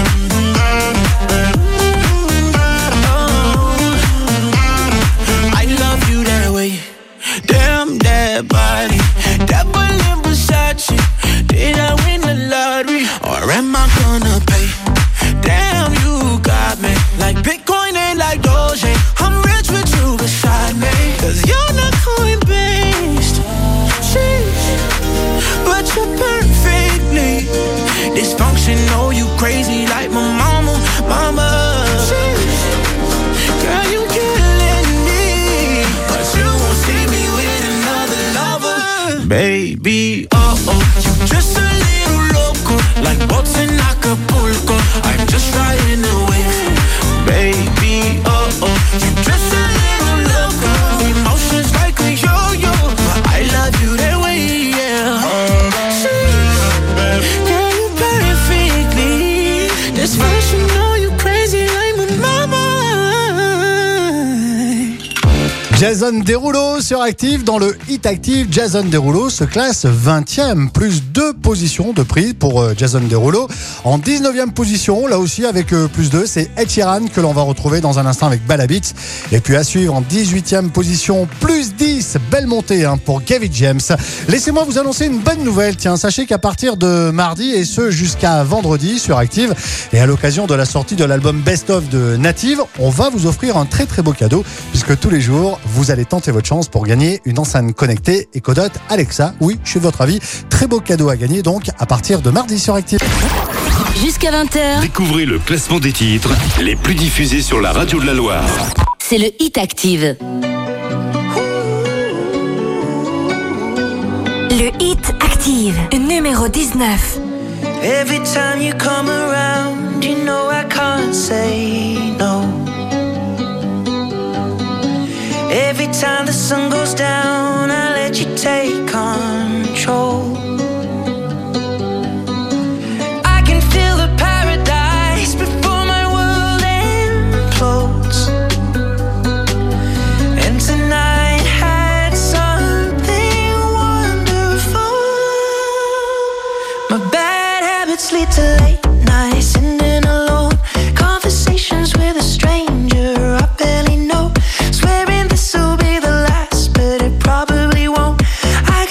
Damn that body, that balloon Versace. Did I win the lottery, or am I gonna pay? Damn, you got me like Bitcoin and like Doge. I'm rich with you beside me, cause you're not coin-based. Sheesh, but you're perfectly dysfunctional. You crazy like my mama, mama. Sheesh, girl, you killing me, but you won't see me with another lover, baby. Oh oh, you just a little loco, like boats in Acapulco. I'm just riding the wave, baby. Oh oh, you just a little loco, emotions like a yo-yo, but I love you that way, yeah. Sheesh, girl, you perfectly dysfunctional. You crazy like my mama. Jason Derulo sur Active dans le Hit Active. Jason Derulo se classe vingtième, plus deux positions de prix pour Jason Derulo. En dix-neuvième position, là aussi avec plus deux, c'est Ed Sheeran que l'on va retrouver dans un instant avec Bad Habits. Et puis à suivre en dix-huitième position, plus dix, belle montée hein, pour Gavin James. Laissez-moi vous annoncer une bonne nouvelle. Tiens, sachez qu'à partir de mardi et ce jusqu'à vendredi sur Active, et à l'occasion de la sortie de l'album Best of de Native, on va vous offrir un très très beau cadeau puisque tous les jours, vous allez tenter votre chance pour gagner une enceinte connectée Echo Dot Alexa. Oui, je suis votre avis. Très beau cadeau à gagner donc à partir de mardi sur Active. Jusqu'à vingt heures. Découvrez le classement des titres les plus diffusés sur la radio de la Loire. C'est le Hit Active. Le Hit Active, numéro dix-neuf. Every time you come around, you know I can't say no. Every time the sun goes down, I let you take control. I can feel the paradise before my world implodes. And tonight had something wonderful. My bad habits lead to late nights, sitting alone. Conversations with a stranger I barely know. Swearing this'll be the last, but it probably won't. I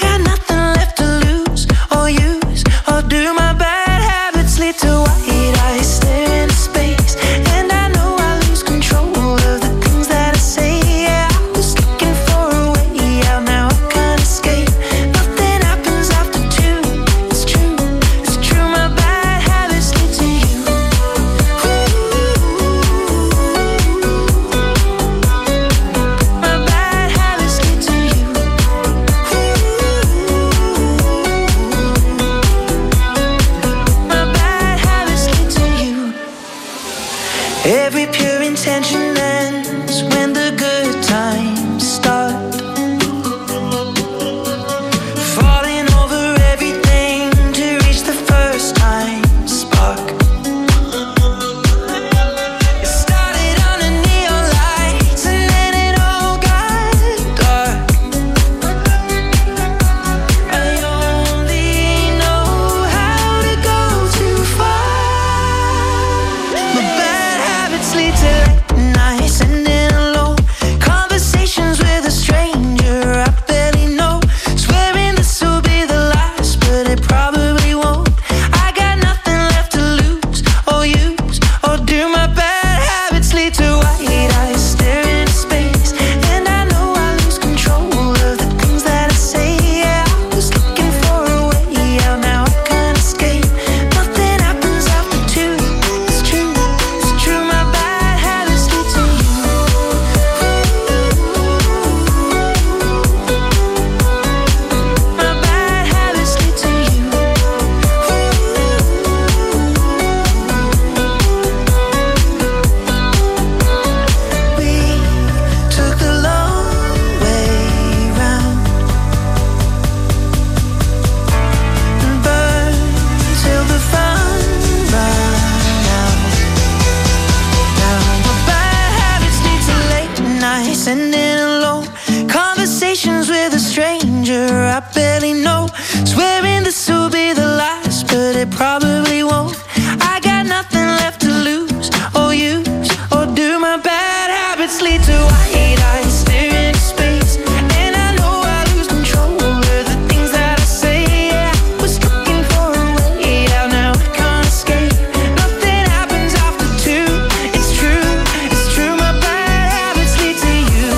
standing alone. Conversations with a stranger I barely know. Swearing this will be the last, but it probably won't. I got nothing left to lose or use, or do my bad habits lead to white eyes staring into space? And I know I lose control over the things that I say. Yeah, I was looking for a way out, now I can't escape. Nothing happens after two. It's true, it's true. My bad habits lead to you.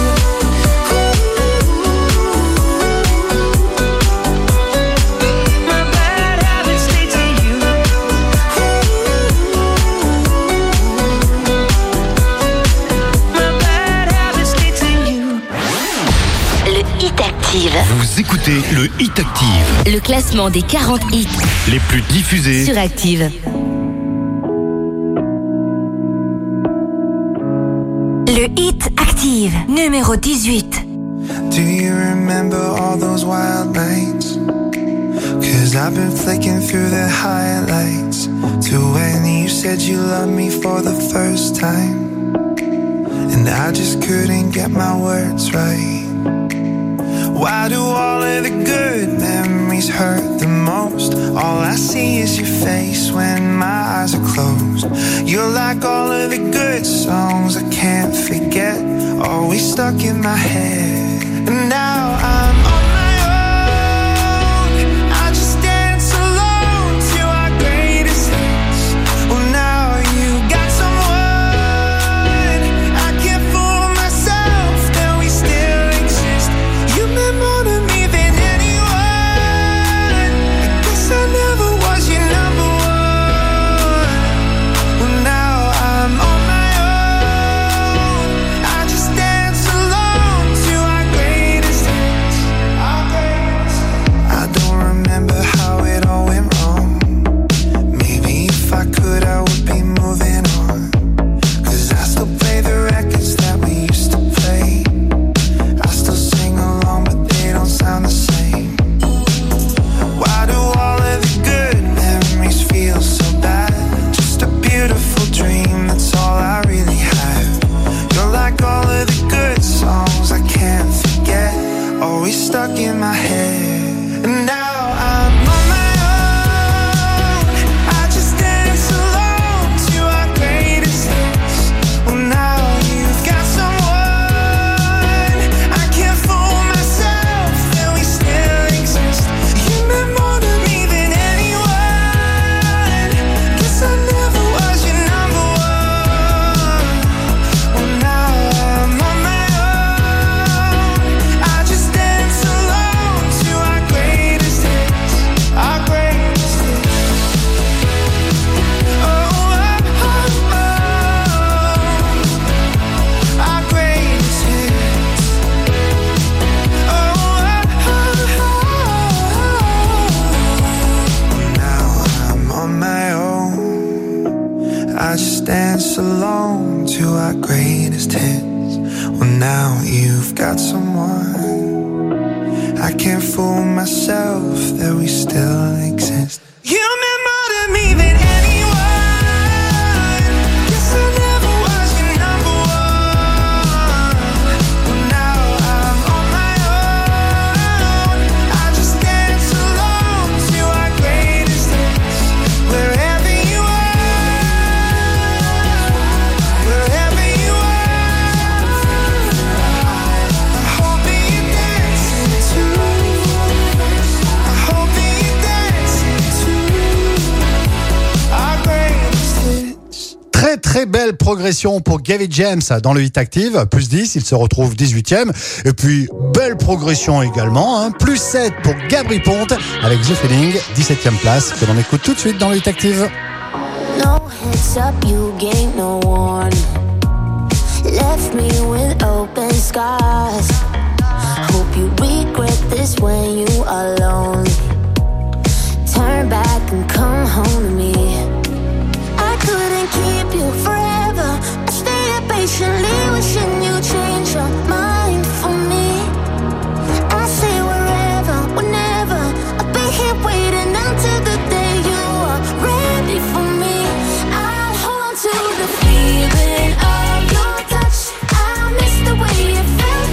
My bad habits lead to you. My bad habits lead to you. Le Hit Active. Vous écoutez le Hit Active. Le classement des quarante hits Les plus diffusés sur Active. Le Hit Active, numéro dix-huit. Do you remember all those wild nights? Cause I've been flicking through the highlights to when you said you loved me for the first time, and I just couldn't get my words right. Why do all of the good memories hurt the most? All I see is your face when my eyes are closed. You're like all of the good songs I can't forget, always stuck in my head. And now I'm on my own. I just dance alone to our greatest hits. Well, now you got someone. I can't fool myself that we still exist. You meant more to me than anyone. I guess I never was your number one. Well, now I'm on my own. I just dance alone to our greatest hits. Our greatest hits. I don't remember how it all went wrong. Maybe if I could, I would be moving on. Cause I still play the records that we used to play. I still sing along, but they don't sound the same. Why do all of the good memories feel so bad? Just a beautiful dream, that's all I really have. You're like all of the good songs I can't forget, always stuck in my head. And now I'm on my own. I just dance alone to our greatest hits. Well, now you've got someone. I can't fool myself that we still exist. You meant more to me than anyone. Guess I never was your number one. Well, now I'm on my own. I just dance alone to our greatest hits. Our greatest hits. Oh, oh, oh, oh. Our greatest hits. Oh, oh, oh. Now I'm on my own. I just dance alone to our greatest hits. Well, now you've got someone. I can't fool myself that we still exist. You meant more to me than anyone. Guess I never was your number one. Well, now I'm on my own. I just dance alone to our greatest hits. Wherever you are, wherever you are, I hope that you're dancing too. I hope that you're dancing too. Our greatest hits. Très très belle progression pour Gavin James dans le Hit Active, plus dix, il se retrouve dix-huitième. Et puis belle progression également, hein, plus sept pour Gabri Ponte avec The Feeling, dix-septième place, que l'on écoute tout de suite dans le Hit Active. No heads up, you gave no warning. Left me with open scars. Hope you regret this when you are lonely. Turn back and come home to me. I couldn't keep you forever. I stayed patiently wishing you change your mind for me. I say wherever, whenever, I'll be here waiting until the day you are ready for me. I'll hold on to the feeling of your touch. I miss the way it felt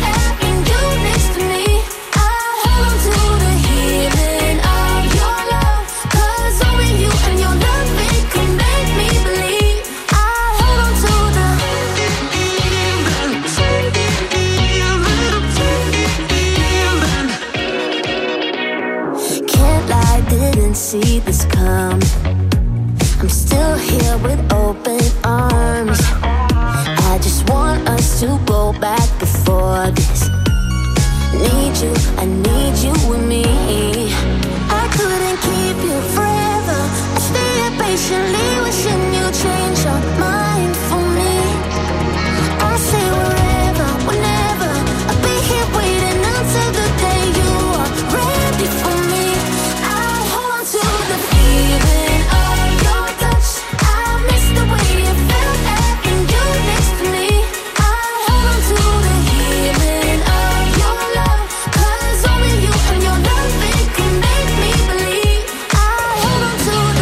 see this come. I'm still here with open arms. I just want us to go back before this. Need you, I need you with me. I couldn't keep you forever. I stayed patiently wishing you change your mind for me. I'll say wherever, whenever. I'll be here waiting until the day you are ready for me. I'll hold on to the feeling of your touch. I miss the way you felt having you next to me. I'll hold on to the healing of your love. Cause only you and your love, it can make me believe. I'll hold on to the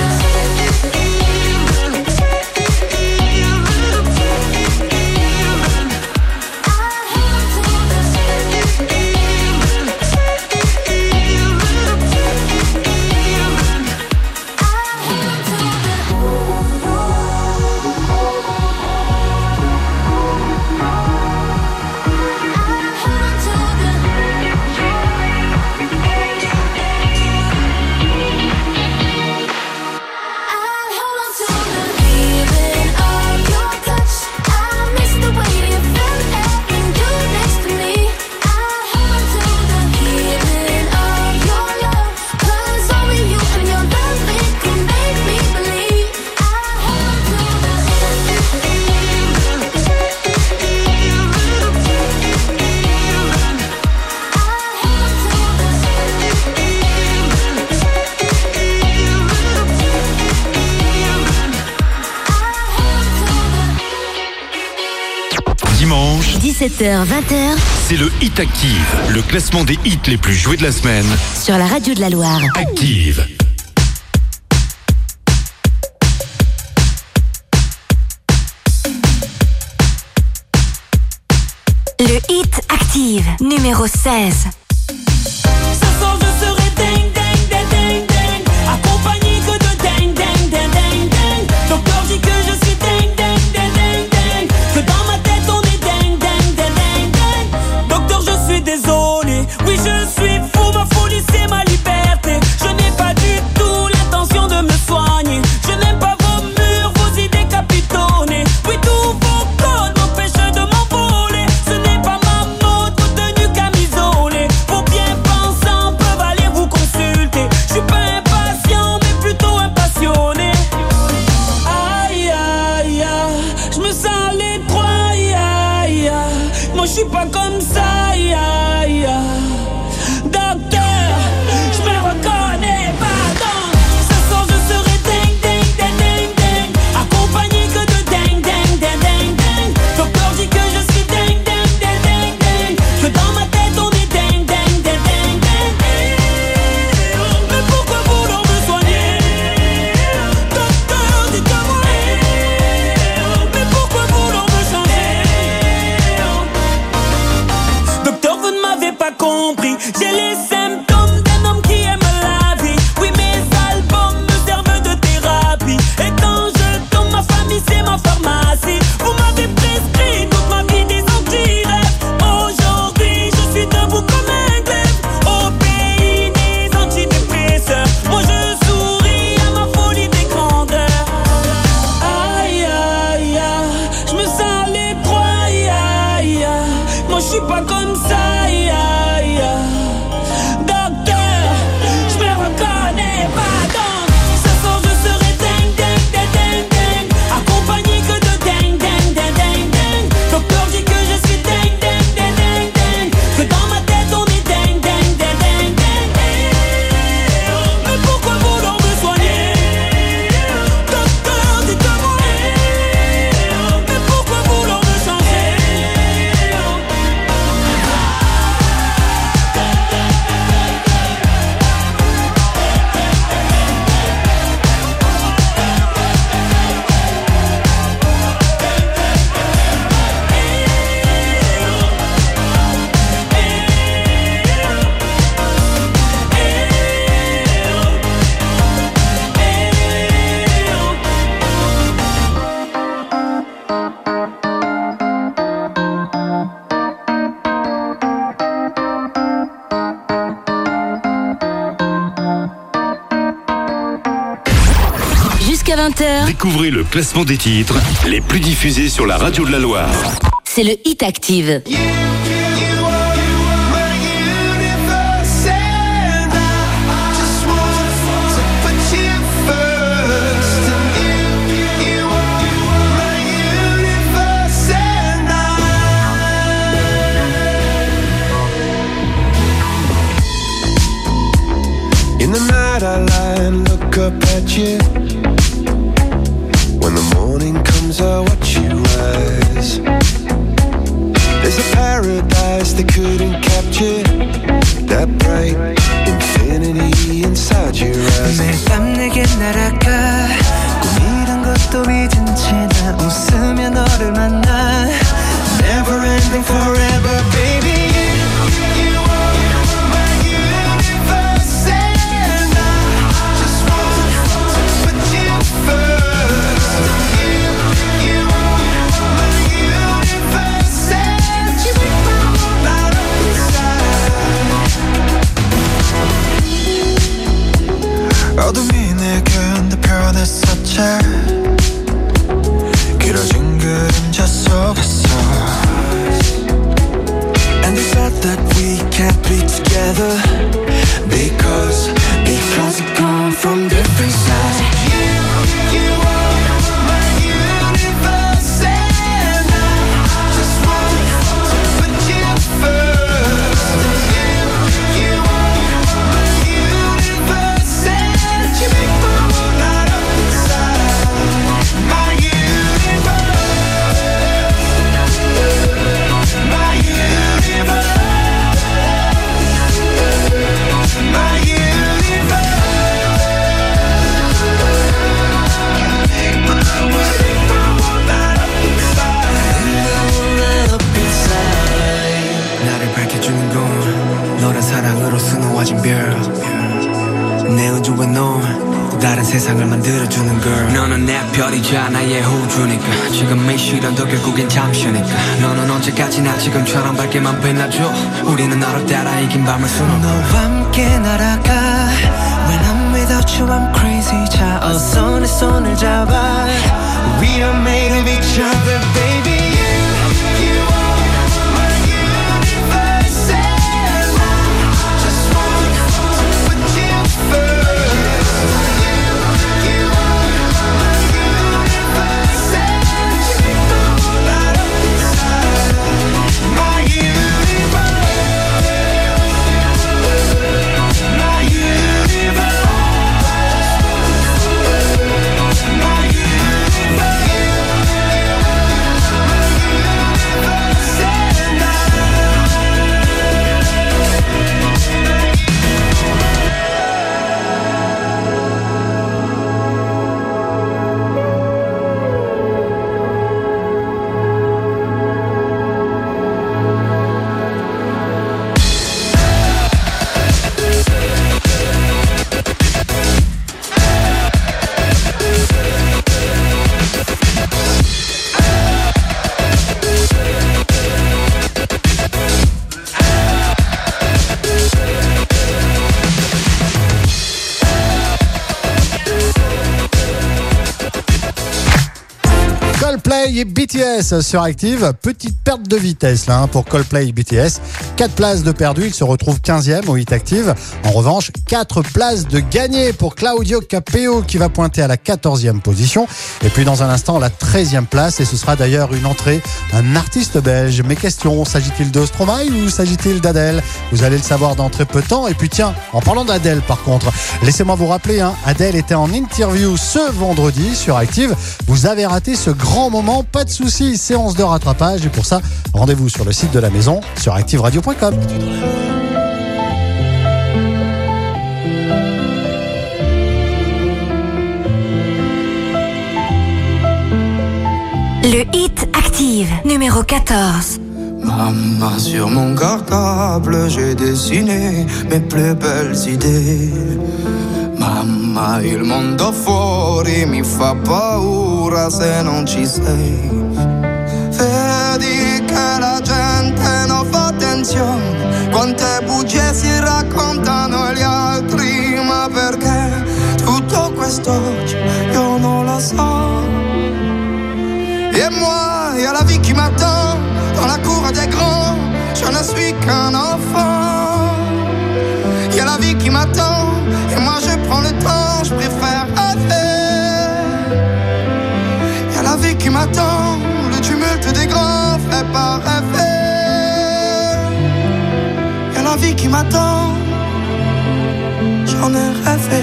dix-sept heures vingt, c'est le Hit Active, le classement des hits les plus joués de la semaine. sur la radio de la Loire. Active. Le Hit Active, numéro seize. Ce soir je serai ding ding ding ding ding, accompagné que de ding ding ding ding ding. Docteur dit que je suis ding ding ding ding ding, que dans ma tête on est ding ding ding ding ding. Docteur je suis désolé, oui je suis fou, ma folie c'est ma liberté. Je n'ai pas du tout l'intention de me soigner. Je n'aime pas vos murs, vos idées capitonnées. Oui tous vos codes m'empêchent de m'envoler. Ce n'est pas ma mode, tenue camisolée. Vos bien pensants peuvent aller vous consulter. Je suis pas impatient mais plutôt impassionné. Aïe aïe aïe, je me sens l'étroit. Aïe aïe aïe, moi je suis pas comme ça. Aïe aïe aïe, docteur, je me reconnais pas donc. Ce soir je serai ding ding ding ding ding, accompagné que de ding ding ding ding ding. Docteur dit que je suis ding ding ding ding ding, que dans ma tête on est ding ding ding ding ding. Mais pourquoi vouloir me soigner? Docteur, dites-moi. Mais pourquoi vouloir me changer? Docteur, vous ne m'avez pas compris. J'ai les symptômes d'un homme qui aime la vie. Oui, mes albums me servent de thérapie. Et quand je tombe, ma famille c'est ma pharmacie. Vous m'avez prescrit toute ma vie des anti-rêves. Aujourd'hui, je suis debout comme un glaive. Au pays des antidépresseurs, moi je souris à ma folie des grandeurs. Aïe aïe aïe, je me sens l'étroit. Aïe aïe aïe, moi je suis pas comme ça. Aïe aïe aïe, Jusqu'à vingt heures, Découvrez le classement des titres les plus diffusés sur la radio de la Loire. c'est le Hit Active. In the night I lie and look up at you. When the morning comes I watch you rise. There's a paradise they couldn't capture. That bright infinity inside your eyes. 매일 밤 내게 날아가 꿈이란 것도 잊은 채 나 웃으며 너를 만나 Never ending forever baby. 어둠이 내게 펴냈었지 길어진 그림자 속에서 And they said that we can't be together Because, because we come from different sides You, you are my universe And I just want to put you first You, you are my universe And you make my world light up inside My universe My universe My universe 나를 밝혀주는 건 너란 사랑으로 수놓아진 별 내 우주에 넌 또 다른 세상을 만들어주는 girl 너는 내 별이자 나의 호주니까 지금 이 시련도 결국엔 잠시니까 너는 언제까지나 지금처럼 밝게만 빛나줘 우리는 너를 따라 이긴 밤을 수놓고 너와 함께 날아가 When I'm without you I'm crazy 자 어서 내 손을 잡아 We are made of each other baby Coldplay et B T S sur Active. Petite perte de vitesse là hein, pour Coldplay et B T S. quatre places de perdu, il se retrouve quinzième au Hit Active. En revanche, quatre places de gagné pour Claudio Capeo qui va pointer à la quatorzième position. Et puis dans un instant, la treizième place. Et ce sera d'ailleurs une entrée, un artiste belge. Mes questions, s'agit-il de Stromae ou s'agit-il d'Adèle? Vous allez le savoir dans très peu de temps. Et puis tiens, en parlant d'Adèle par contre, laissez-moi vous rappeler, hein, Adèle était en interview ce vendredi sur Active. Vous avez raté ce grand moment, pas de soucis, séance de rattrapage. Et pour ça, rendez-vous sur le site de la maison, sur active radio point com. Le Hit Active, numéro quatorze. Maman, sur mon cartable, j'ai dessiné mes plus belles idées. Mamma, il mondo fuori mi fa paura se non ci sei. Vedi che la gente non fa attenzione, quante bugie si raccontano gli altri, ma perché tutto questo io non lo innocent. Et moi, y a la vie qui m'attend dans la cour des grands. Je ne suis qu'un enfant. Y a la vie qui m'attend et moi je prends le temps, je préfère rêver. Y a la vie qui m'attend, le tumulte des grands fait pas rêver. Y a la vie qui m'attend, j'en ai rêvé.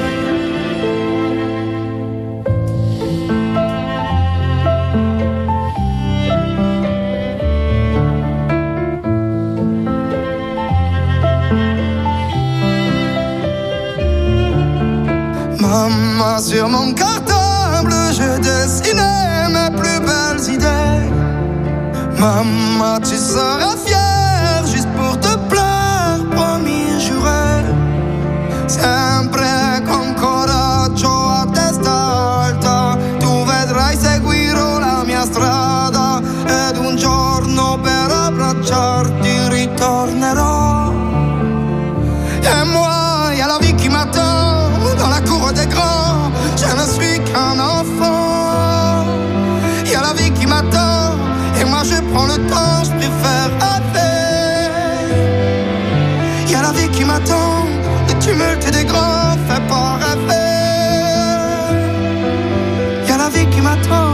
Maman, sur mon cartable, je dessinais mes plus belles idées. Maman, tu seras fière juste pour te plaire, promis, juré. Sempre con coraggio a testa alta, tu vedrai seguirò la mia strada ed un giorno per abbracciarti ritornerò. E moi, y a la vie qui m'attend dans la cour des grands, je ne suis qu'un enfant. Y a la vie qui m'attend et moi je prends le temps, je préfère rêver. Y a la vie qui m'attend, le tumulte des grands fait pas rêver. Y a la vie qui m'attend,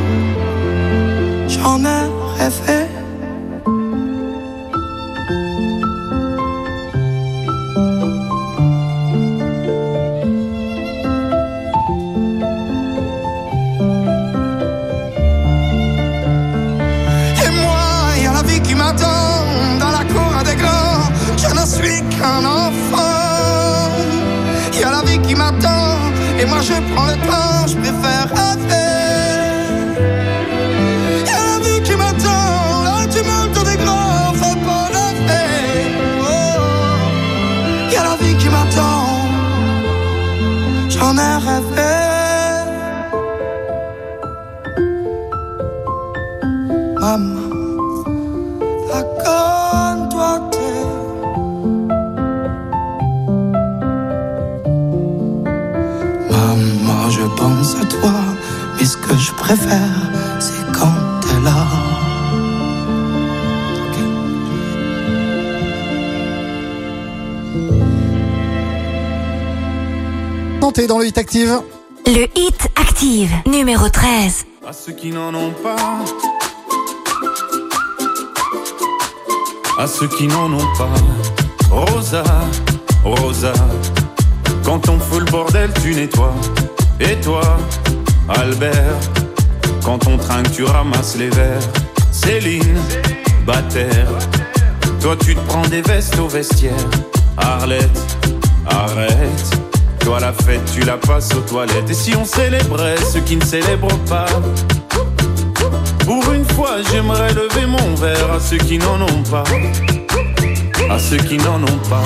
j'en ai rêvé. Dans la cour des grands, je ne suis qu'un enfant. Y a la vie qui m'attend et moi je prends le temps, je préfère rêver. Y a la vie qui m'attend, le tumulte des grands fait pas rêver. Oh. Y a la vie qui m'attend, j'en ai rêvé. Maman, maman, je pense à toi, mais ce que je préfère, c'est quand t'es là. Montez dans le Hit Active. Le Hit Active, numéro treize. À ceux qui n'en ont pas, à ceux qui n'en ont pas, Rosa, Rosa, quand on fout le bordel, tu nettoies. Et toi, Albert, quand on trinque, tu ramasses les verres. Céline, Bataire, toi tu te prends des vestes au vestiaire. Arlette, arrête, toi la fête, tu la passes aux toilettes. Et si on célébrait ceux qui ne célèbrent pas, pour une fois, j'aimerais lever mon verre à ceux qui n'en ont pas, à ceux qui n'en ont pas.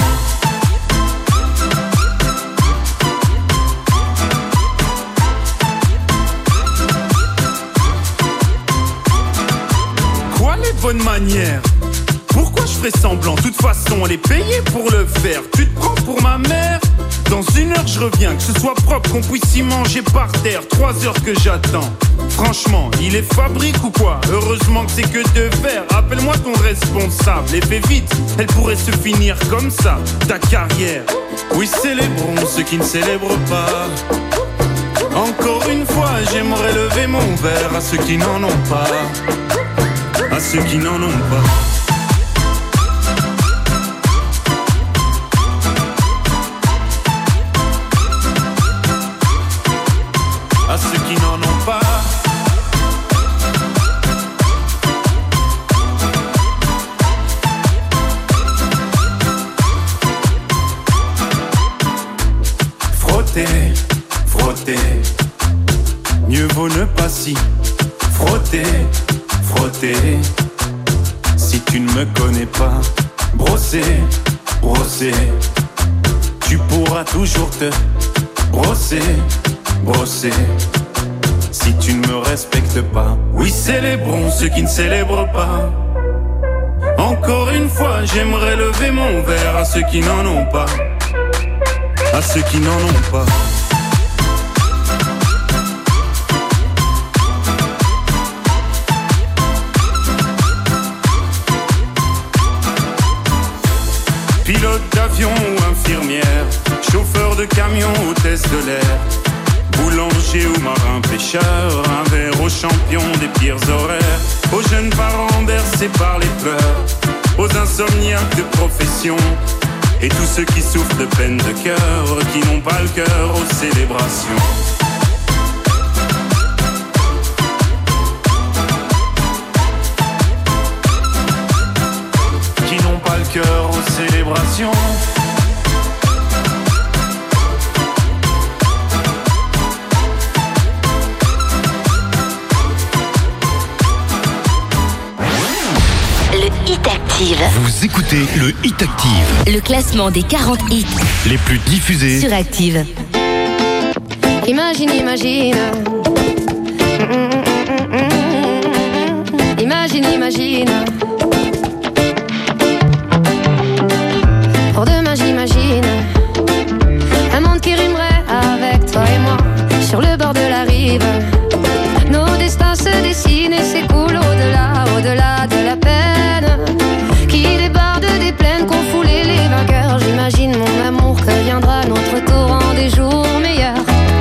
Quoi les bonnes manières? Pourquoi je ferais semblant? De toute façon, elle est payée pour le faire. Tu te prends pour ma mère? Dans une heure, je reviens, que ce soit propre, qu'on puisse y manger par terre. Trois heures que j'attends. Franchement, il est fabrique ou quoi? Heureusement que c'est que de verre. Appelle-moi ton responsable et fais vite, elle pourrait se finir comme ça, ta carrière. Oui, célébrons ceux qui ne célèbrent pas. Encore une fois, j'aimerais lever mon verre à ceux qui n'en ont pas, à ceux qui n'en ont pas. À ceux qui n'en ont pas. Frotter, frotter, mieux vaut ne pas s'y frotter, frotter. Si tu ne me connais pas, brosser, brosser, tu pourras toujours te brosser, brosser. Si tu ne me respectes pas, oui, célébrons ceux qui ne célèbrent pas. Encore une fois, j'aimerais lever mon verre à ceux qui n'en ont pas, à ceux qui n'en ont pas. Pilote d'avion ou infirmière, chauffeur de camion, hôtesse de l'air, boulanger ou marin pêcheur, un verre aux champions des pires horaires, aux jeunes parents bercés par les pleurs, aux insomniaques de profession, et tous ceux qui souffrent de peine de cœur, qui n'ont pas le cœur aux célébrations. Qui n'ont pas le cœur aux célébrations. Le Hit Active. Vous écoutez le Hit Active. Le classement des quarante hits les plus diffusés sur Active. Imagine, imagine. Imagine, imagine. Pour demain, j'imagine un monde qui rimerait avec toi et moi sur le bord de la rive. Nos destins se dessinent et s'écoulent au-delà, au-delà de la peine qui déborde des plaines qu'ont foulé les vainqueurs. J'imagine mon amour que viendra notre torrent des jours meilleurs.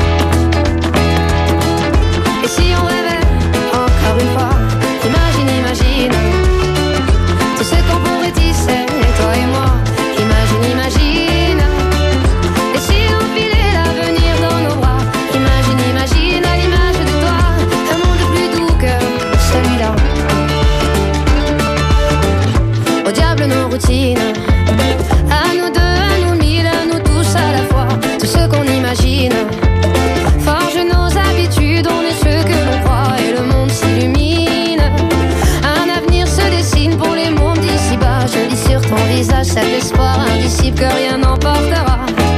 Et si on rêvait encore une fois, imagine, imagine tout ce qu'on pourrait tisser, toi et moi. Imagine, imagine. Et si on filait l'avenir dans nos bras, imagine, imagine à l'image de toi, un monde plus doux que celui-là. Au diable nos routines, à nous deux, à nous mille, à nous tous à la fois. Tout ce qu'on imagine forge nos habitudes, on est ceux que l'on croit et le monde s'illumine. Un avenir se dessine pour les mômes d'ici-bas. Je lis sur ton visage cet espoir indicible que rien n'emportera.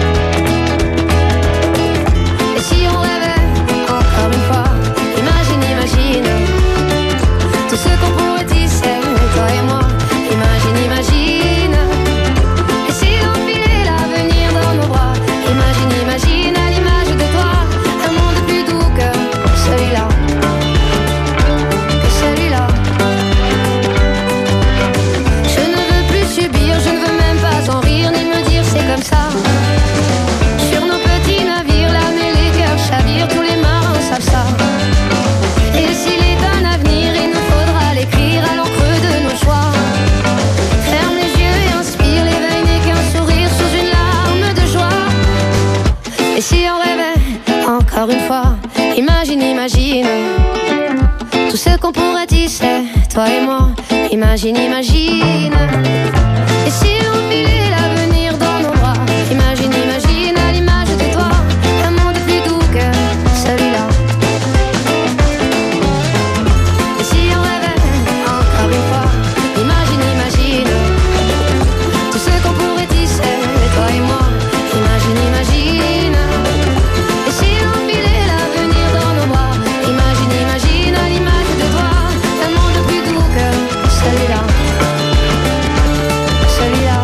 Et si on rêvait encore une fois, imagine, imagine tout ce qu'on pourrait tisser, toi et moi. Imagine, imagine. Et si on filait l'avenir dans nos bras, imagine, imagine à l'image de toi, un monde plus doux que celui-là, que celui-là. Je ne veux plus subir, je ne veux même pas en rire, ni me dire c'est comme ça. Sur nos petits navires, l'âme et les cœurs chavirent, tous les marins savent ça. Et s'il est un avenir, il nous faudra l'écrire à l'encre de nos choix. Ferme les yeux et inspire, l'éveil n'est qu'un sourire sous une larme de joie. Et si on rêvait encore une fois, imagine, imagine tout ce qu'on pourrait tisser, toi et moi. Imagine, imagine. Et si on filait l'avenir dans nos bras, imagine, imagine à l'image de toi, un monde plus doux que celui-là. Et si on rêvait encore une fois, imagine, imagine tout ce qu'on pourrait tisser, toi et moi. Imagine, imagine. Et si on filait l'avenir dans nos bras, imagine, imagine à l'image de toi, un monde plus doux que celui-là, celui-là.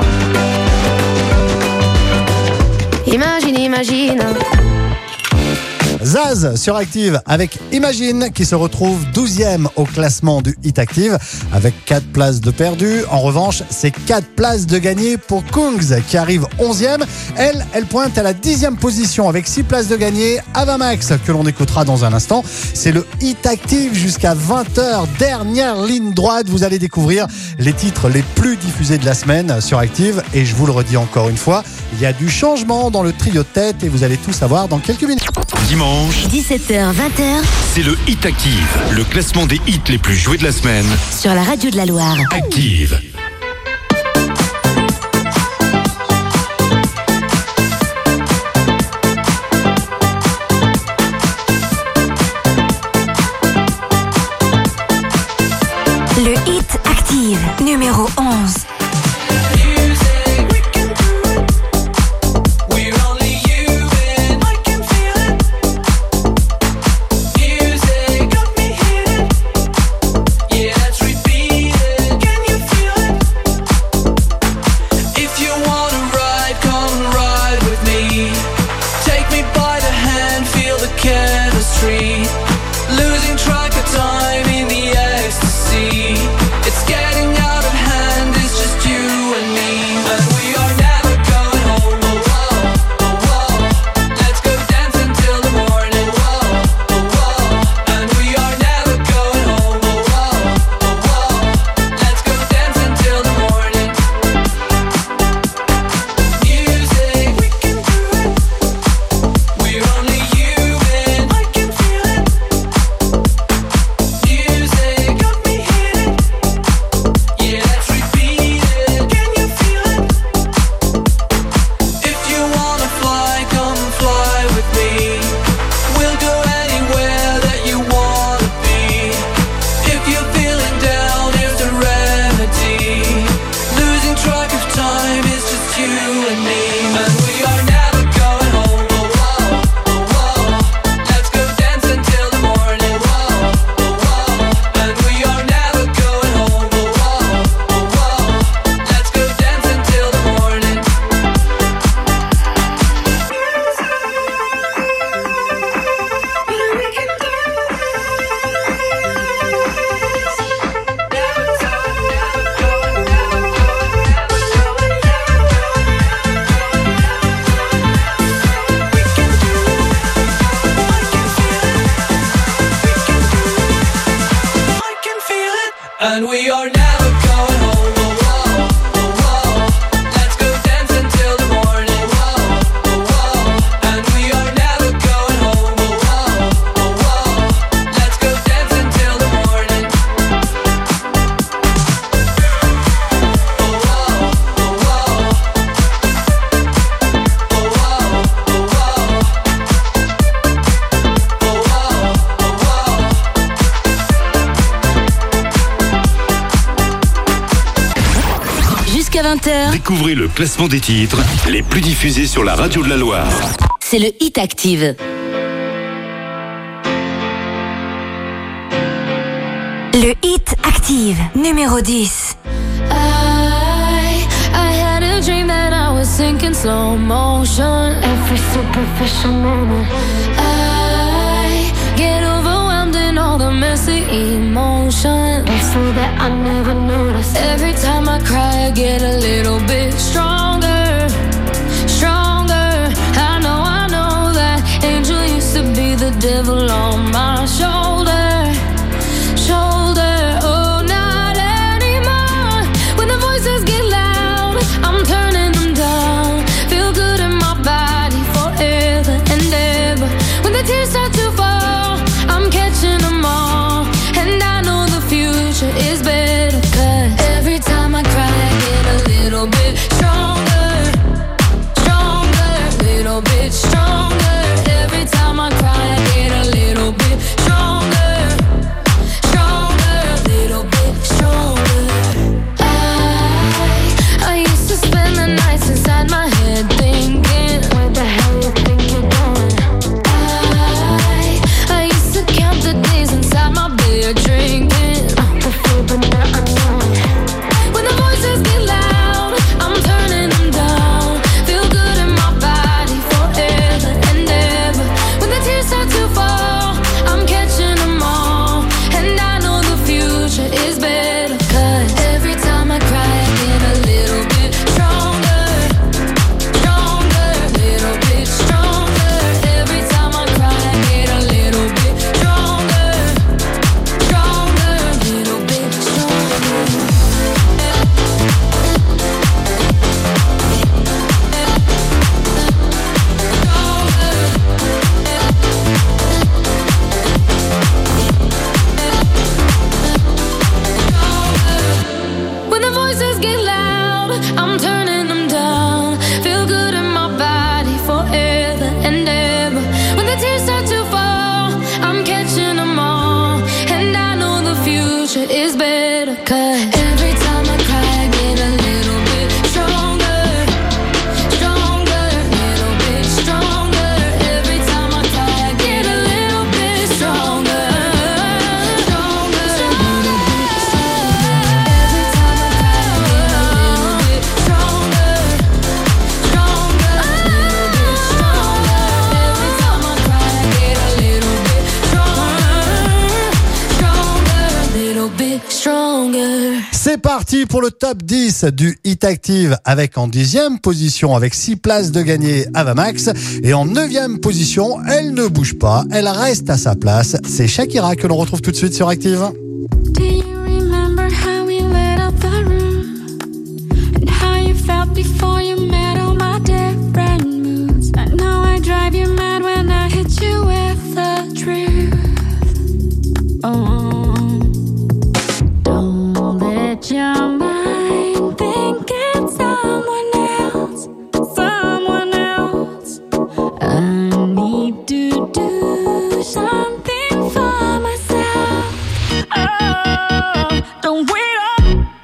Imagine, imagine. Zaz sur Active avec Imagine qui se retrouve douzième au classement du Hit Active avec quatre places de perdu. En revanche, c'est quatre places de gagné pour Kungs qui arrive onzième. Elle, elle pointe à la dixième position avec six places de gagné. Ava Max que l'on écoutera dans un instant. C'est le Hit Active jusqu'à vingt heures. Dernière ligne droite. Vous allez découvrir les titres les plus diffusés de la semaine sur Active. Et je vous le redis encore une fois, il y a du changement dans le trio de tête et vous allez tout savoir dans quelques minutes. Dimanche, dix-sept heures vingt heures c'est le Hit Active, le classement des hits les plus joués de la semaine. sur la radio de la Loire. Active. Le Hit Active, numéro onze. Feel it. Découvrez le classement des titres les plus diffusés sur la radio de la Loire. C'est le Hit Active. Le Hit Active, numéro dix. I, I had a dream that I was sinking slow motion. Every superficial moment. I get overwhelmed in all the messy emotions. So that I never noticed. Every time I cry, I get a little bit stronger, stronger. I know, I know that angel used to be the devil on my shoulder, shoulder. Oh, not anymore. When the voices get loud, I'm turning them down. Feel good in my body forever and ever. When the tears start to fall, I'm catching them all. And I know the future is better. Cause every time I cry, I get a little bit stronger, stronger, little bit stronger. Every time I cry, I get a little bit stronger, stronger, little bit stronger. I, I used to spend the nights inside my head thinking, where the hell you think you're going? I, I used to count the days inside my bed drinking, the feel, but now I know it. When the voices get loud, I'm turning them down. Feel good in my body forever and ever. When the tears start to fall, I'm catching them all. And I know the future is better. Cause every time I cry, I get a little bit stronger, stronger, little bit stronger. Every time I cry, I get a little bit stronger, stronger, little bit stronger. When the voices get loud, I'm turning them down. Feel good in my body forever and ever. When the tears start to fall, I'm catching them all. And I know the future is better. Cause every time I cry, I get a little bit stronger, stronger, little bit stronger. Every time I cry, I get a little bit stronger, stronger, little bit stronger. Every time I cry, I get a little bit stronger, stronger, little bit stronger. Every time I cry, I get a little bit stronger, stronger, little bit stronger. C'est parti pour le top dix du Hit Active avec en dixième position avec six places de gagné Ava Max et en neuvième position, elle ne bouge pas, elle reste à sa place. C'est Shakira que l'on retrouve tout de suite sur Active. Do you remember how we lit up the room? And how you felt before you met all my different moods? I know I drive you mad when I hit you with the truth. Oh, don't let your mind think it's someone else, someone else. I need to do something for myself. Oh, don't wait up.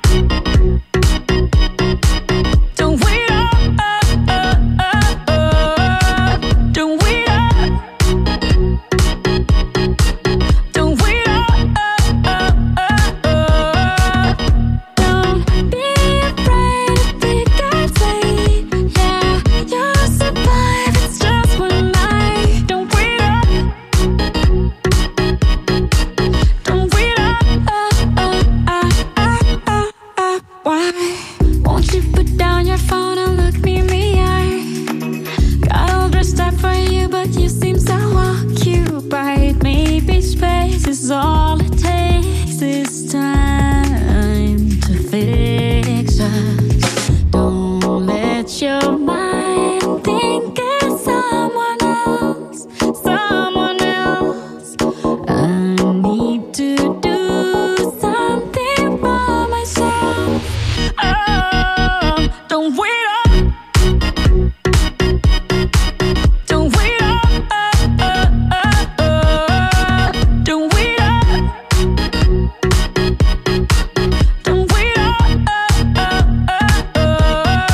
Don't wait up. Oh, oh, oh, oh. Don't wait up. Don't wait up. Oh, oh, oh, oh. Don't be afraid to pick our fate. Yeah, you'll survive. It's just one night. Don't wait up. Don't wait up. Oh, oh, oh, oh, oh, oh. Why won't you put down your phone and look me in the eye? Got all dressed up for you, but you seem so occupied. Maybe space is all it takes this time to fix us. Don't let your mind think it's someone else, someone else. I need to do something for myself. Oh, don't wait up. Don't wait up. Oh, oh, oh, oh. Don't wait up. Don't wait up. Oh, oh, oh, oh.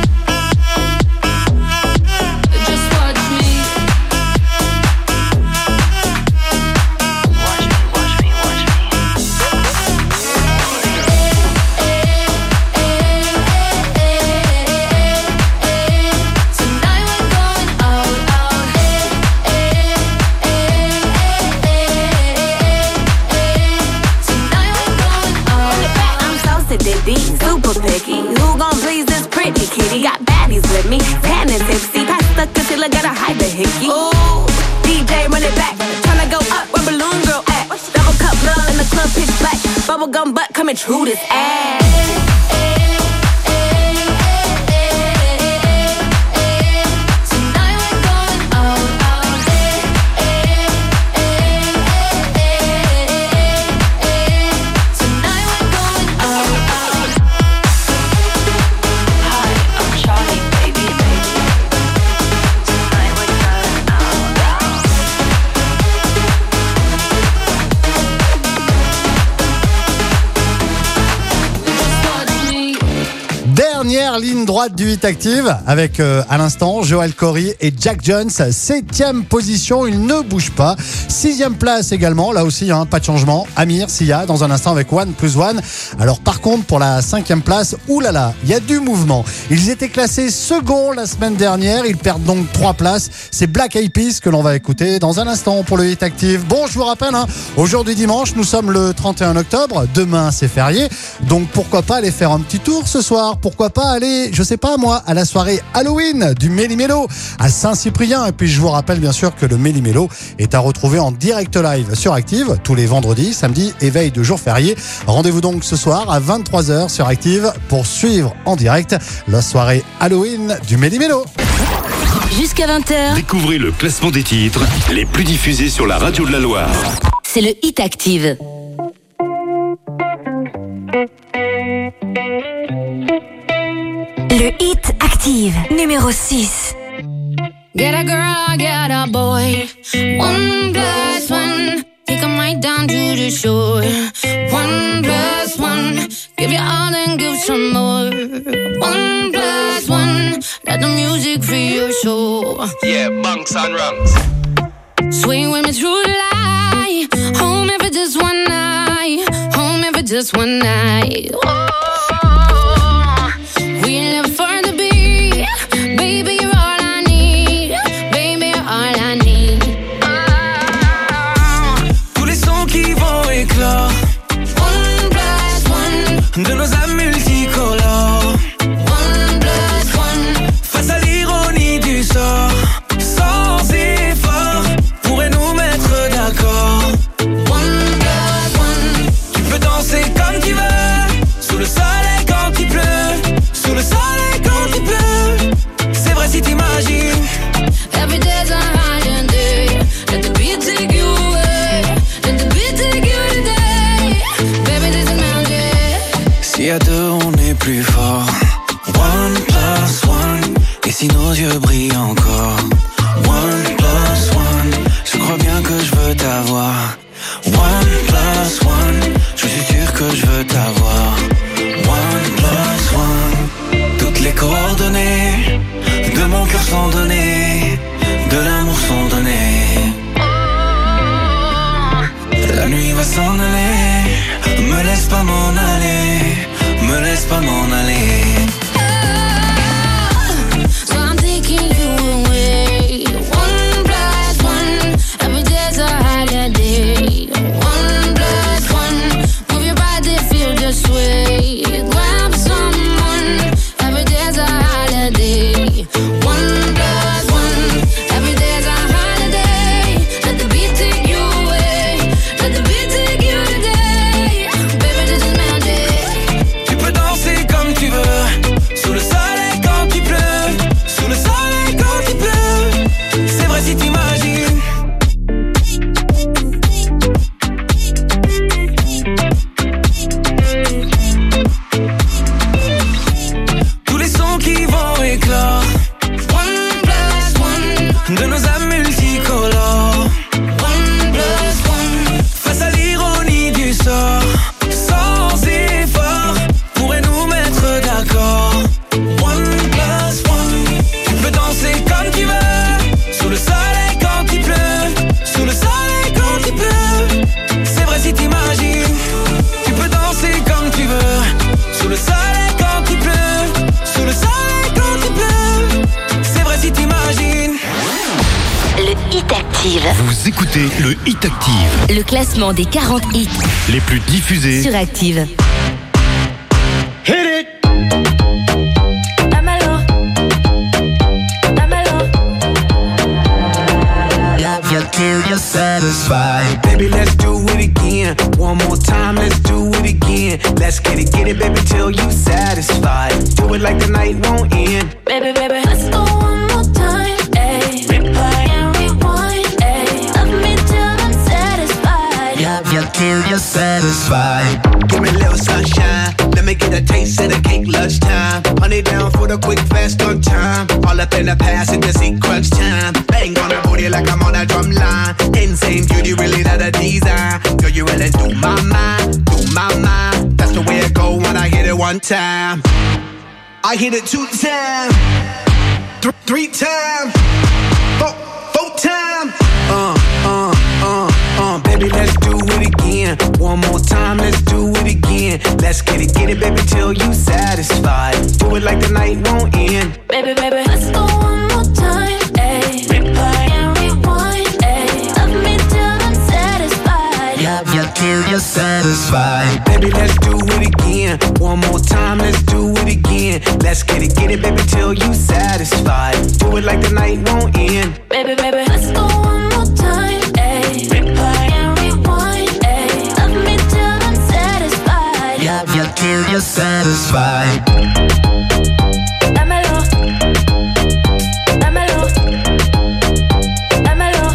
bubblegum butt coming through this ass. Dernière ligne droite du Hit Active avec euh, à l'instant Joel Corry et Jack Jones. Septième position, il ne bouge pas. Sixième place également, là aussi hein, pas de changement. Amir, Sia dans un instant avec One Plus One. Alors par contre pour la cinquième place, oulala, il y a du mouvement. Ils étaient classés second la semaine dernière, ils perdent donc trois places. C'est Black Eyed Peas que l'on va écouter dans un instant pour le Hit Active. Bon, je vous rappelle, hein, aujourd'hui dimanche, nous sommes le trente et un octobre. Demain c'est férié, donc pourquoi pas aller faire un petit tour ce soir. Pourquoi pas aller, je sais pas moi, à la soirée Halloween du Méli-Mélo à Saint-Cyprien. Et puis je vous rappelle bien sûr que le Méli-Mélo est à retrouver en direct live sur Active tous les vendredis, samedis et veille de jour férié. Rendez-vous donc ce soir à vingt-trois heures sur Active pour suivre en direct la soirée Halloween du Méli-Mélo. Jusqu'à vingt heures. Découvrez le classement des titres les plus diffusés sur la radio de la Loire. C'est le Hit Active. Le Hit Active, numéro six. Get a girl, get a boy. One plus one. Take 'em right down to the shore. One plus one. Give you all and give some more. One plus one. Let the music free your soul. Yeah, bunks and rungs. Swing with me through life. Home if it's just one night. Home if it's just one night. Oh. We live for the beat. Baby, you're all I need. Baby, you're all I need. Oh. Tous les sons qui vont éclore. One plus one. De nos âmes multicolores. One plus one. Face à l'ironie du sort. Sans effort, pourrait nous mettre d'accord. One plus one. Tu peux danser comme tu veux. Sous le soleil quand il pleut. Sous le soleil quand il pleut. C'est vrai si t'imagines. Every day's a holiday. Let the beat take you away. Let the beat take you today. Baby, this is magic. Si à deux on est plus fort. One plus one. Et si nos yeux brillent encore. One plus one. Je crois bien que je veux t'avoir. One plus one. Je suis sûr que je veux t'avoir. One plus one. Toutes les coordonnées de mon cœur sont données. De l'amour sont données. La nuit va s'en aller. Me laisse pas m'en aller. Me laisse pas m'en aller. So I'm taking you away. One plus one. Every day's a holiday. One plus one. Move your body, feel the sway. Grab someone. Every day's a holiday. One plus one. Every day's a holiday. Let the beat take you away. Let the beat take you today. Baby, this is magic. Tu peux danser comme tu veux. Sous le soleil quand il pleut. Sous le soleil quand il pleut. C'est vrai si t'imagines. Tous les sons qui vont éclore. One plus one. De nos âmes multicolores. One plus one. Face à l'ironie du sort. Sans effort, pourrait nous mettre d'accord. One plus one. Tu peux danser comme tu veux. Sous le soleil quand il pleut. Sous le soleil quand il pleut. C'est vrai si t'imagines. Tu peux danser comme tu veux. Sous le soleil quand il pleut. Sous le soleil quand il pleut. C'est vrai si t'imagines. Le Hit Active. Vous écoutez le Hit Active. Le classement des quarante hits Les plus diffusés sur Active. Hit it. Dámelo. Dámelo. Love you till you're satisfied. Baby, let's do it again. One more time, let's do it again. Let's get it, get it, baby, till you satisfied. Do it like the night won't end. Baby, baby, let's go one more time. Ayy, replay and rewind. Ayy, love me till I'm satisfied. Yeah, yeah, till you're satisfied. Give me a little sunshine. Let me get a taste of the cake lunchtime. Honey down for the quick, fast on time. All up in the past, it just eat crunch time. Bang on the booty like I'm on a drum line. Insane beauty, really not a design. Girl, you really do my mind, do my mind. That's the way it go when I hit it one time. I hit it two times, th- three times, four, four times. Uh, uh, uh, uh, baby, let's do it again. One more time, let's do it again. Let's get it, get it, baby, till you satisfied. Do it like the night won't end. Baby, baby, let's go one more time. Ayy, replay and rewind. Ayy, love me till I'm satisfied. Yeah, yeah, till you're satisfied. Baby, let's do it again. One more time, let's do it again. Let's get it, get it, baby, till you satisfied. Do it like the night won't end. Baby, baby, let's go one more time. Ayy, replay and rewind. Ayy, love me till I'm satisfied. Yeah, yeah, till you're satisfied. Dámelo, dámelo, dámelo.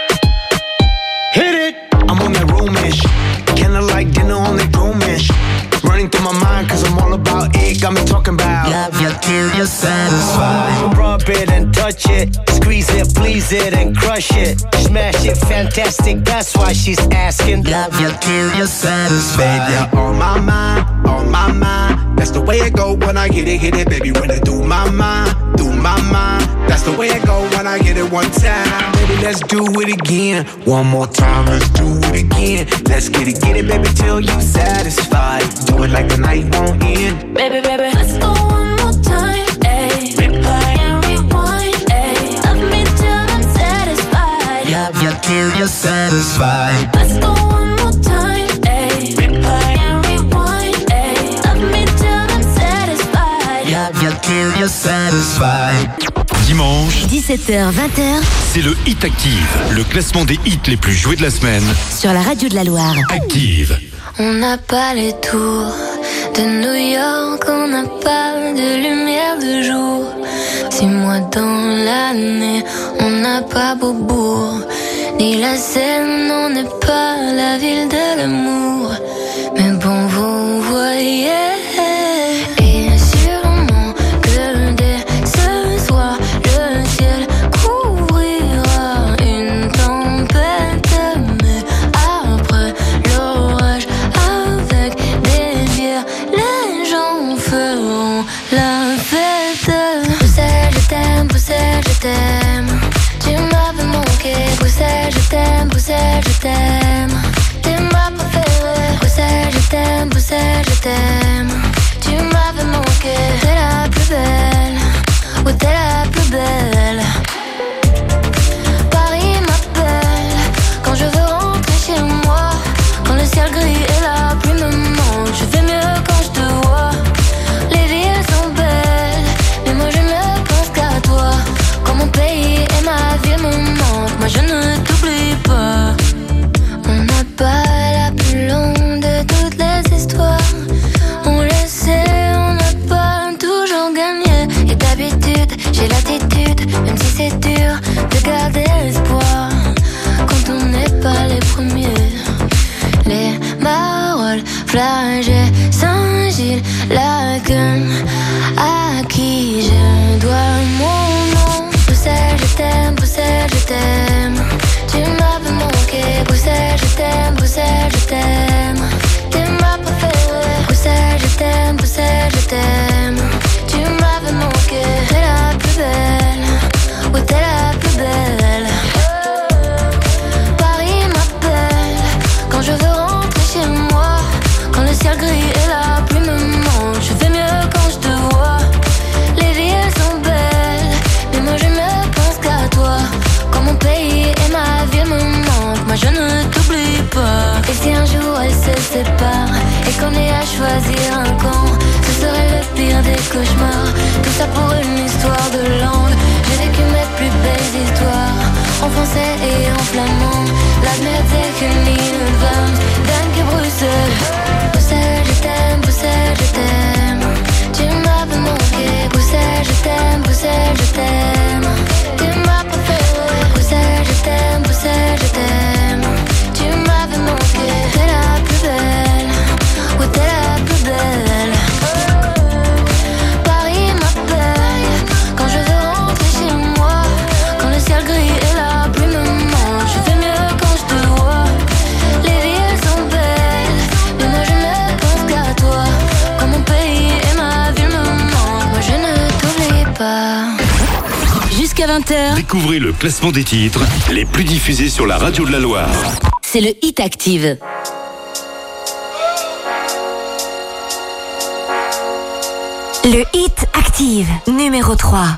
Hit it! I'm on that roamish. Kinda like dinner on that roamish. Running through my mind cause I'm all about it. Got me talking about love you till you're satisfied. Rub it and touch it. Squeeze it, please it and crush it. Smash it, fantastic, that's why she's asking. Love you till you're satisfied. Baby, you're on my mind, on my mind. That's the way it go when I hit it, hit it, baby. When I do my mind, do my mind. That's the way it go when I hit it one time. Baby, let's do it again. One more time, let's do it again. Let's get it, get it, baby, till you satisfied. Do it like the night won't end. Baby, baby, let's go one more time. Ayy, replay and rewind. Ayy, love me till I'm satisfied. Love you till you're satisfied. Let's go one more time. Ayy, replay and rewind. Ayy, love me till I'm satisfied. Love you till you're satisfied. Dimanche, dix-sept heures vingt, c'est le Hit Active, le classement des hits les plus joués de la semaine. sur la radio de la Loire. Active. On n'a pas les tours de New York, on n'a pas de lumière de jour. Six mois dans l'année, on n'a pas Beaubourg, ni la Seine, on n'est pas la ville de l'amour. Mais bon, vous voyez, et sûrement que dès ce soir, le ciel couvrira une tempête. Mais après l'orage, avec des bières, les gens feront la fête. Bruxelles, je t'aime, Bruxelles, je t'aime. Tu m'avais manqué, Bruxelles, je t'aime, Bruxelles, je t'aime. T'es ma préférée, Bruxelles, je t'aime, Bruxelles, je t'aime. Tu m'avais manqué, t'es la plus belle, oh t'es la plus belle. Paris m'appelle, quand je veux rentrer chez moi. Quand le ciel gris et la pluie me manquent, je fais mieux quand je te vois. Les villes sont belles, mais moi je ne pense qu'à toi. Quand mon pays et ma ville me manquent, moi je ne t'oublie pas. On n'a pas la plus longue de toutes les histoires. On le sait, on n'a pas toujours gagné. Et d'habitude, j'ai l'attitude, même si c'est dur, de garder l'espoir. Quand on n'est pas les premiers. Les Marolles, Flagey, Saint-Gilles, Laken, à qui je dois mon nom. Bruxelles, je t'aime, Bruxelles, je t'aime. Tu m'avais manqué, Bruxelles, je t'aime, Bruxelles, je t'aime. T'es ma préférée, Bruxelles, je t'aime, Bruxelles, je t'aime. Tu m'avais manqué, t'es la plus belle, oh t'es la plus belle. Paris m'appelle, quand je veux rentrer chez moi. Quand le ciel gris et la pluie me manquent, je fais mieux quand je te vois. Les villes sont belles, mais moi je ne pense qu'à toi. Quand mon pays et ma ville me manquent, moi je ne t'oublie pas. Et si un jour elles se séparent et qu'on ait à choisir un camp, ce serait le pire des cauchemars. Tout ça pour une histoire de langue. J'ai vécu mes plus belles histoires en français et en flamand. Laat me zeggen niet van, dank je Bruxelles. Bruxelles, je t'aime, Bruxelles. Jusqu'à vingt heures. Découvrez le classement des titres les plus diffusés sur la radio de la Loire. C'est le Hit Active. Le Hit Active, numéro trois.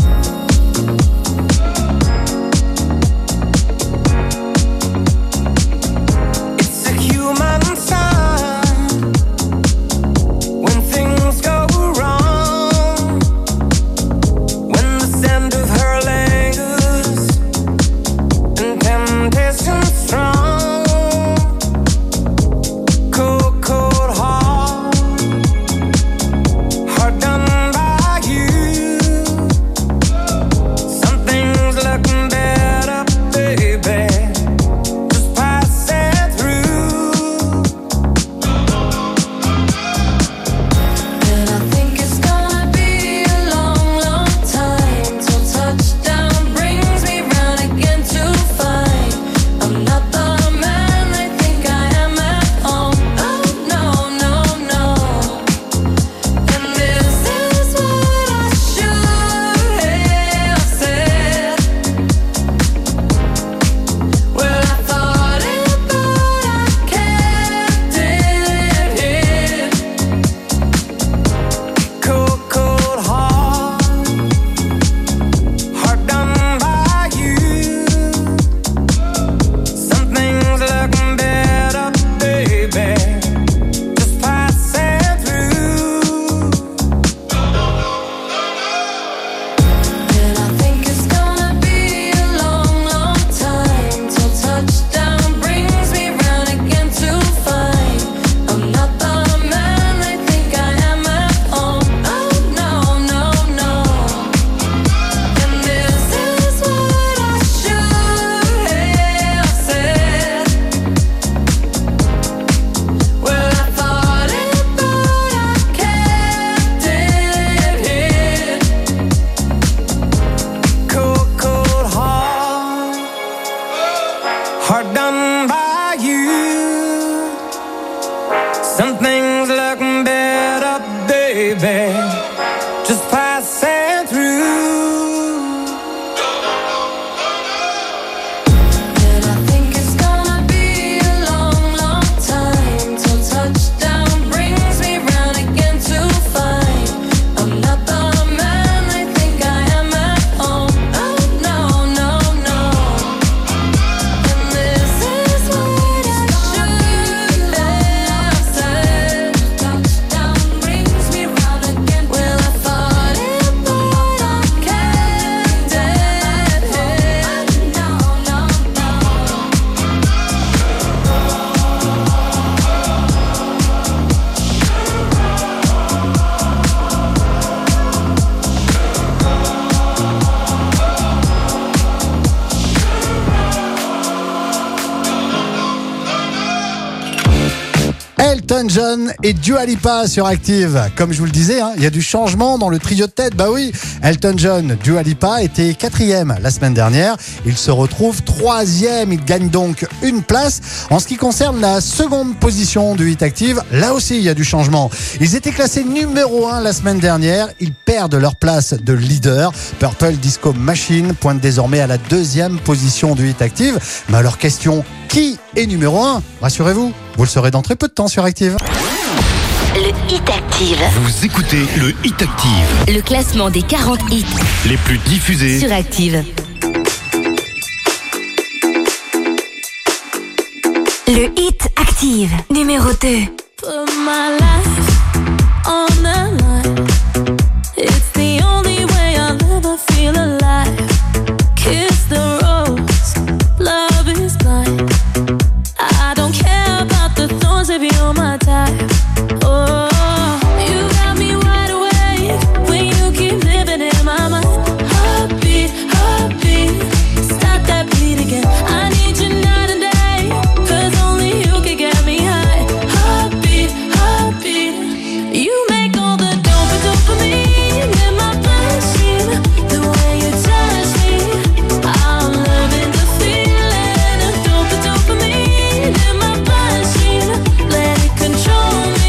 Elton John et Dua Lipa sur Active. Comme je vous le disais, hein, il y a du changement dans le trio de tête. Bah oui, Elton John, Dua Lipa était quatrième la semaine dernière. Il se retrouve troisième. Il gagne donc une place. En ce qui concerne la seconde position du Hit Active, là aussi il y a du changement. Ils étaient classés numéro un la semaine dernière. Ils perdent leur place de leader. Purple Disco Machine pointe désormais à la deuxième position du Hit Active. Mais alors question, qui est numéro un? Rassurez-vous, vous le saurez dans très peu de temps sur Active. Le Hit Active. Vous écoutez le Hit Active. Le classement des quarante hits les plus diffusés sur Active. Le Hit Active, numéro deux. Put my life on the line. It's the only way I'll ever feel alive. Kiss the rose, love is blind. I don't care about the thorns if you're my type. Oh, you got me wide awake when you keep living in my mind. Heartbeat, heartbeat, stop that beat again. I need you night and day, 'cause only you can get me high. Heartbeat, heartbeat, you make all the dope dopamine in my bloodstream. The way you touch me, I'm loving the feeling of dope dopamine in my bloodstream. Let it control me.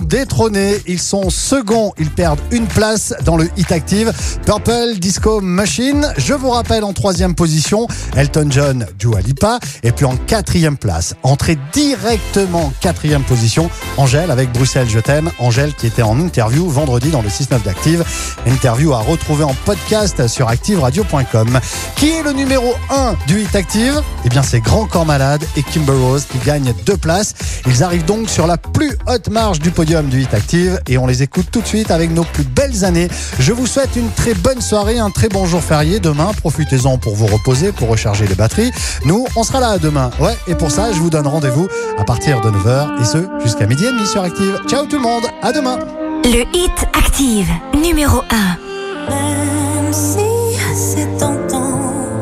détrônés. Ils sont seconds. Ils perdent une place dans le Hit Active. Purple Disco Machine. Je vous rappelle en troisième position, Elton John, Dua Lipa. Et puis en quatrième place, entrée directement quatrième position, Angèle avec Bruxelles Je t'aime. Angèle qui était en interview vendredi dans le six neuf d'Active. Interview à retrouver en podcast sur active radio point com. Qui est le numéro un du Hit Active? Eh bien c'est Grand Corps Malade et Kimber Rose qui gagnent deux places. Ils arrivent donc sur la plus haute marge du podium du Hit Active et on les écoute tout de suite avec nos plus belles années. Je vous souhaite une très bonne soirée, un très bon jour férié demain. Profitez-en pour vous reposer, pour recharger les batteries. Nous, on sera là demain. Ouais, et pour ça, je vous donne rendez-vous à partir de neuf heures et ce, jusqu'à midi et demi sur Active. Ciao tout le monde, à demain. Le Hit Active, numéro un. Même si c'est tentant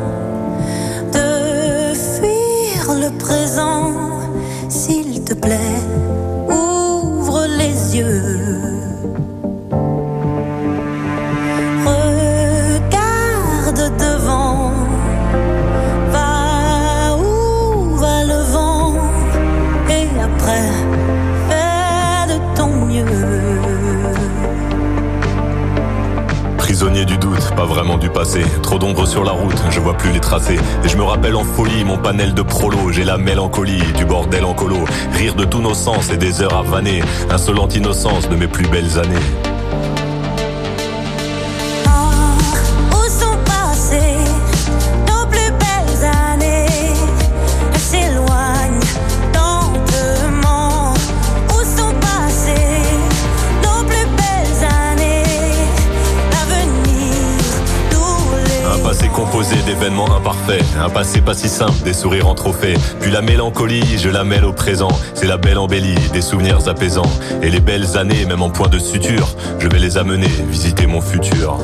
de fuir le présent, s'il te plaît, ouvre les yeux. Regarde devant, va où va le vent, et après, fais de ton mieux. Prisonnier du doute, pas vraiment du passé. Trop d'ombre sur la route, je vois plus les tracés. Et je me rappelle en folie mon panel de prolo. J'ai la mélancolie, du bordel en colo. Rire de tous nos sens et des heures à vanner. Insolente innocence de mes plus belles années. Composé d'événements imparfaits, un passé pas si simple, des sourires en trophée. Puis la mélancolie, je la mêle au présent. C'est la belle embellie, des souvenirs apaisants. Et les belles années, même en point de suture, je vais les amener visiter mon futur.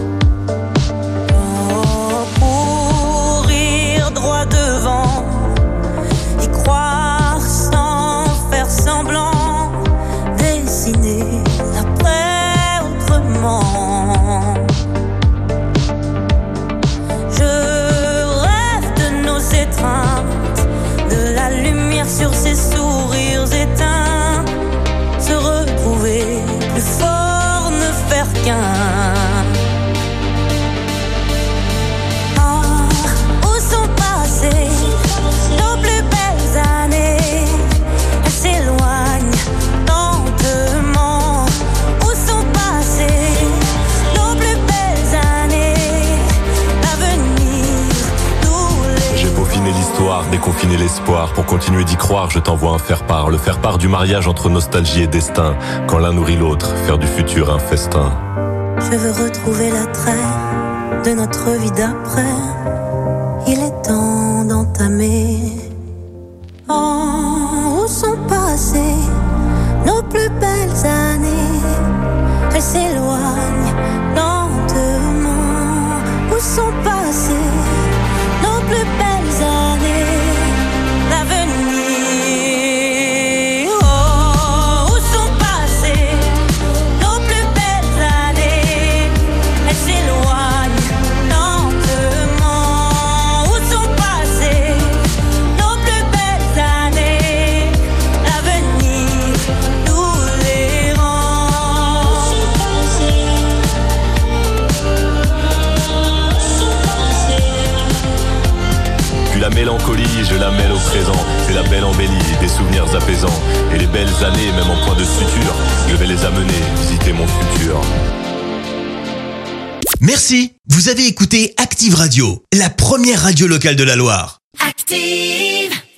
Courir droit devant, y croire sans faire semblant, dessiner l'après autrement. De la lumière sur ses sourires éteints, se retrouver plus fort, ne faire qu'un. Ah, où sont passées nos plus belles années? Elles s'éloignent lentement. Où sont passées nos plus belles années? L'avenir. J'ai peaufiné l'histoire, déconfiné l'espoir. Pour continuer d'y croire, je t'envoie un faire-part. Le faire-part du mariage entre nostalgie et destin. Quand l'un nourrit l'autre, faire du futur un festin. Je veux retrouver l'attrait de notre vie d'après. Il est temps d'entamer. Oh, où sont passées nos plus belles années? Elles s'éloignent lentement. Où sont passées nos plus belles années? L'avenir. Oh, où sont passées nos plus belles années? Elles s'éloignent lentement. Où sont passées nos plus belles années? L'avenir nous les rend. Puis la mélancolie, je la mêle au présent. C'est la belle embellie, des souvenirs apaisants. Et les belles années, même en point de suture, je vais les amener visiter mon futur. Merci. Vous avez écouté Active Radio, la première radio locale de la Loire. Active!